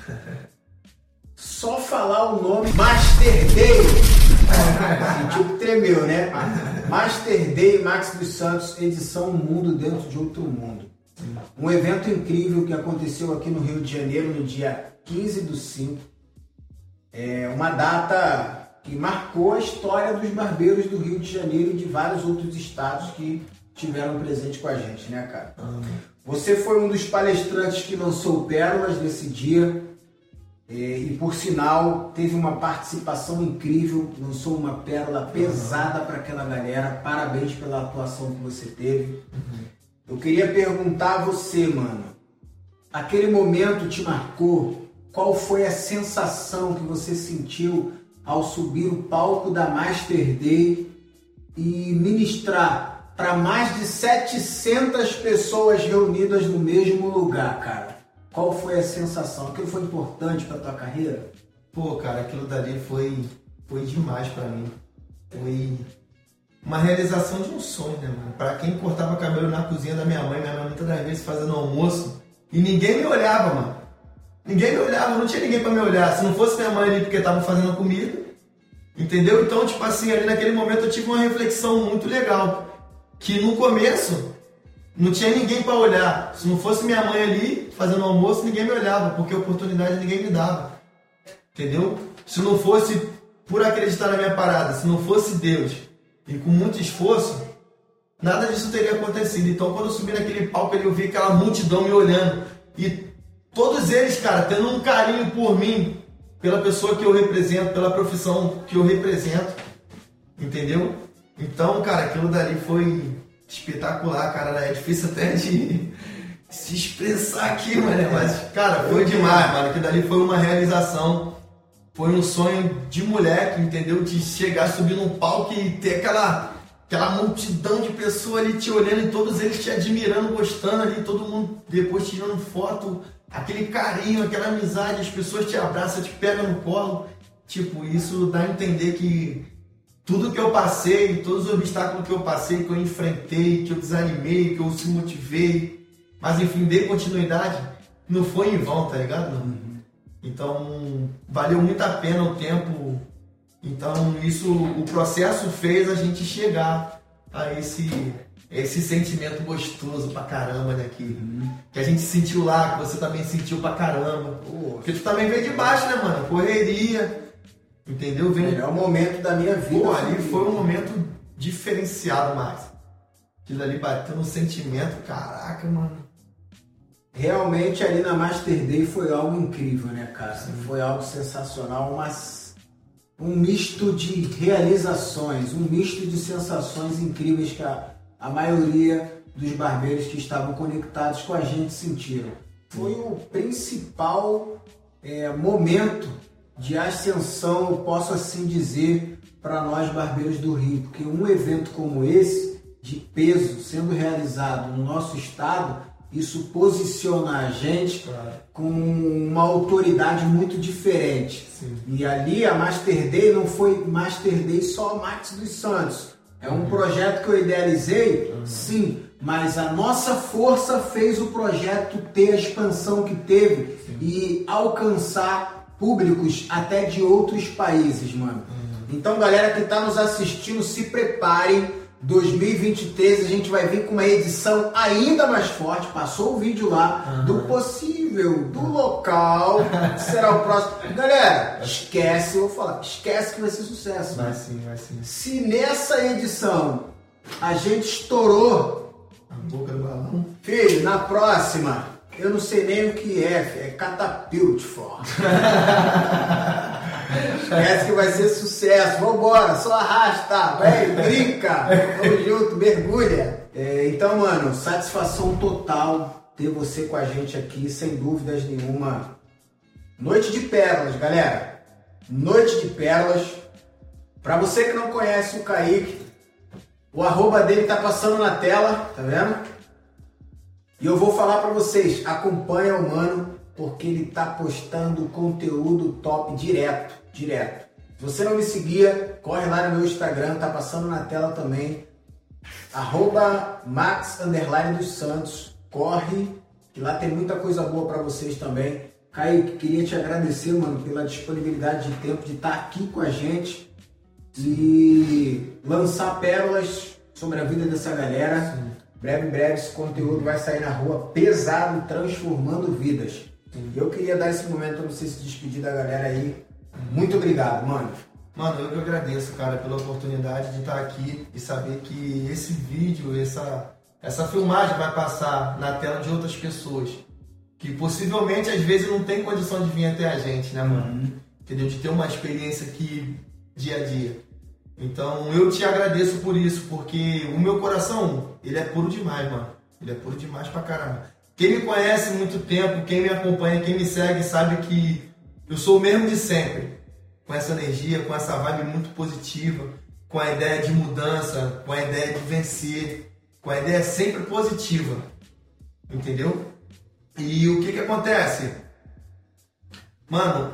Só falar o nome Master Day. Sentiu que tremeu, né? Master Day Max dos Santos, edição Mundo Dentro de Outro Mundo. Um evento incrível que aconteceu aqui no Rio de Janeiro no dia 15/5. É uma data que marcou a história dos barbeiros do Rio de Janeiro e de vários outros estados que tiveram presente com a gente, né, cara? Você foi um dos palestrantes que lançou pérolas nesse dia. E por sinal teve uma participação incrível, lançou uma pérola pesada para aquela galera. Parabéns pela atuação que você teve. Eu queria perguntar a você, mano, aquele momento te marcou? Qual foi a sensação que você sentiu ao subir o palco da Master Day e ministrar para mais de 700 pessoas reunidas no mesmo lugar, cara? Qual foi a sensação? Aquilo foi importante pra tua carreira? Pô, cara, aquilo dali foi demais pra mim. Foi uma realização de um sonho, né, mano? Pra quem cortava cabelo na cozinha da minha mãe muitas das vezes fazendo almoço, e ninguém me olhava, mano. Ninguém me olhava, não tinha ninguém pra me olhar. Se não fosse minha mãe ali porque tava fazendo a comida, entendeu? Então, tipo assim, ali naquele momento eu tive uma reflexão muito legal. Que no começo não tinha ninguém para olhar. Se não fosse minha mãe ali fazendo almoço, ninguém me olhava, porque oportunidade ninguém me dava. Entendeu? Se não fosse por acreditar na minha parada, se não fosse Deus e com muito esforço, nada disso teria acontecido. Então, quando eu subi naquele palco, eu vi aquela multidão me olhando e todos eles, cara, tendo um carinho por mim, pela pessoa que eu represento, pela profissão que eu represento, entendeu? Então, cara, aquilo dali foi espetacular, cara. É difícil até de se expressar aqui, mano. Mas, cara, foi demais, mano. Aquilo dali foi uma realização. Foi um sonho de moleque, entendeu? De chegar, subir num palco e ter aquela multidão de pessoas ali te olhando e todos eles te admirando, gostando ali, todo mundo depois tirando foto, aquele carinho, aquela amizade, as pessoas te abraçam, te pegam no colo. Tipo, isso dá a entender que tudo que eu passei, todos os obstáculos que eu passei, que eu enfrentei, que eu desanimei, que eu se motivei, mas enfim, dei continuidade, não foi em vão, tá ligado? Então, valeu muito a pena o tempo. Então, isso, o processo fez a gente chegar a esse sentimento gostoso pra caramba, né? Que a gente sentiu lá, que você também sentiu pra caramba. Porque tu também veio de baixo, né, mano? Correria. Entendeu? Melhor momento da minha vida. Pô, ali foi um momento diferenciado, Max. Aquilo ali bateu no sentimento, caraca, mano. Realmente ali na Master Day foi algo incrível, né, cara? Sim. Foi algo sensacional, um misto de realizações, um misto de sensações incríveis que a maioria dos barbeiros que estavam conectados com a gente sentiram. foi o principal momento de ascensão, eu posso assim dizer, para nós barbeiros do Rio, porque um evento como esse, de peso, sendo realizado no nosso estado, isso posiciona a gente com uma autoridade muito diferente. Sim. E ali a Master Day não foi Master Day só Max dos Santos. É um projeto que eu idealizei, sim, mas a nossa força fez o projeto ter a expansão que teve e alcançar públicos até de outros países, mano. Então, galera que está nos assistindo, se preparem. 2023 a gente vai vir com uma edição ainda mais forte. Passou o vídeo lá do possível, do local, que será o próximo. Galera, esquece, eu vou falar, esquece que vai ser sucesso. Vai sim, vai sim. Se nessa edição a gente estourou a boca do balão, filho, na próxima, eu não sei nem o que é catapult, Esquece que vai ser sucesso. Vambora, só arrasta, vai, brinca, vamos junto, mergulha. Então, mano, satisfação total ter você com a gente aqui, sem dúvidas nenhuma. Noite de Pérolas, galera. Noite de Pérolas. Pra você que não conhece o Kaique, o arroba dele tá passando na tela, tá vendo? E eu vou falar pra vocês, acompanha o mano, porque ele tá postando conteúdo top direto. Se você não me seguia, corre lá no meu Instagram, tá passando na tela também, @Max_dos Santos, corre, que lá tem muita coisa boa pra vocês também. Kaique, queria te agradecer, mano, pela disponibilidade de tempo de estar aqui com a gente e lançar pérolas sobre a vida dessa galera. Breve, esse conteúdo vai sair na rua pesado, transformando vidas. Eu queria dar esse momento para você se despedir da galera aí. Muito obrigado, mano. Mano, eu que agradeço, cara, pela oportunidade de estar aqui e saber que esse vídeo, essa filmagem vai passar na tela de outras pessoas que possivelmente às vezes não tem condição de vir até a gente, né, mano? Entendeu? De ter uma experiência aqui dia a dia. Então eu te agradeço por isso, porque o meu coração, ele é puro demais, mano. Ele é puro demais pra caramba. Quem me conhece há muito tempo, quem me acompanha, quem me segue, sabe que eu sou o mesmo de sempre. Com essa energia, com essa vibe muito positiva, com a ideia de mudança, com a ideia de vencer, com a ideia sempre positiva. Entendeu? E o que acontece? Mano,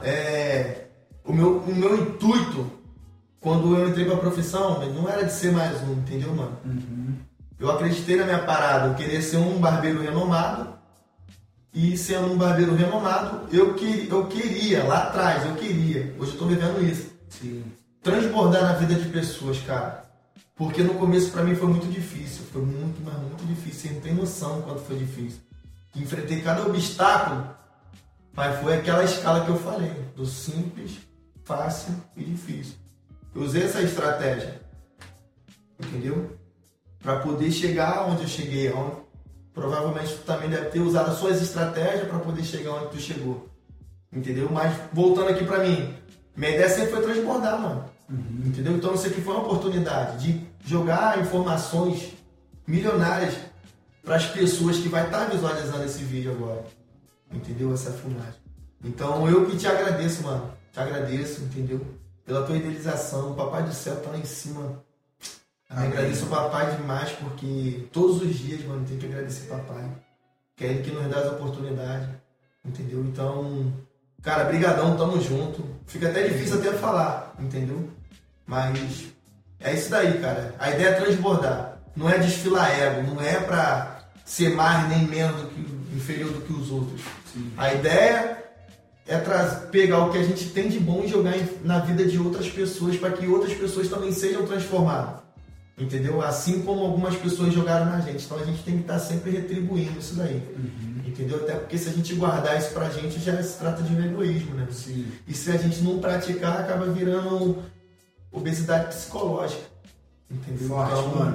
o meu intuito, quando eu entrei pra profissão, não era de ser mais um, entendeu, mano? Eu acreditei na minha parada, eu queria ser um barbeiro renomado. E sendo um barbeiro renomado, eu queria, lá atrás, hoje eu tô vivendo isso. Sim. Transbordar na vida de pessoas, cara. Porque no começo pra mim foi muito difícil, foi muito, mas muito difícil. Você não tem noção quanto foi difícil. Enfrentei cada obstáculo, mas foi aquela escala que eu falei, do simples, fácil e difícil. Eu usei essa estratégia, entendeu? Pra poder chegar onde eu cheguei, provavelmente tu também deve ter usado as suas estratégias para poder chegar onde tu chegou. Entendeu? Mas voltando aqui pra mim, minha ideia sempre foi transbordar, mano. Entendeu? Então isso aqui foi uma oportunidade de jogar informações milionárias para as pessoas que vai estar visualizando esse vídeo agora. Entendeu? Essa filmagem. Então eu que te agradeço, mano. Te agradeço, entendeu? Pela tua idealização. O Papai do Céu tá lá em cima. Eu agradeço o papai demais, porque todos os dias, mano, tem que agradecer o papai. Que é ele que nos dá as oportunidades, entendeu? Então, cara, brigadão, tamo junto. Fica até difícil até falar, entendeu? Mas é isso daí, cara. A ideia é transbordar. Não é desfilar ego, não é pra ser mais nem menos inferior do que os outros. Sim. A ideia é pegar o que a gente tem de bom e jogar na vida de outras pessoas, para que outras pessoas também sejam transformadas. Entendeu? Assim como algumas pessoas jogaram na gente. Então a gente tem que estar sempre retribuindo isso daí. Entendeu? Até porque se a gente guardar isso pra gente, já se trata de um egoísmo, né? Sim. E se a gente não praticar, acaba virando obesidade psicológica. Entendeu? Forte, então, mano.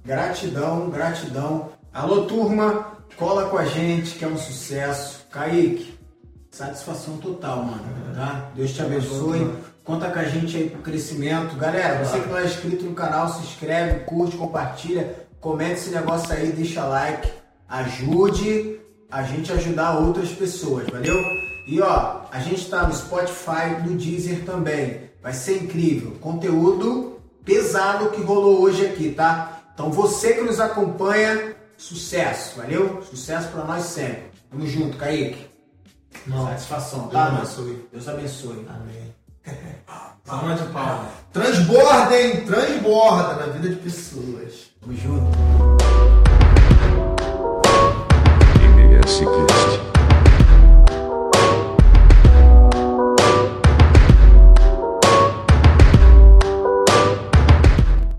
Gratidão. Alô, turma, cola com a gente, que é um sucesso. Kaique, satisfação total, mano. Tá? Deus te abençoe. Conta com a gente aí pro crescimento. Galera, você que não é inscrito no canal, se inscreve, curte, compartilha, comenta esse negócio aí, deixa like, ajude a gente ajudar outras pessoas, valeu? E ó, a gente tá no Spotify, no Deezer também. Vai ser incrível. Conteúdo pesado que rolou hoje aqui, tá? Então você que nos acompanha, sucesso, valeu? Sucesso pra nós sempre. Tamo junto, Kaique. Satisfação, tá? Deus abençoe. Deus abençoe. Amém. Salva de palmas. Transborda, hein? Transborda na vida de pessoas. Tamo junto. MSQ.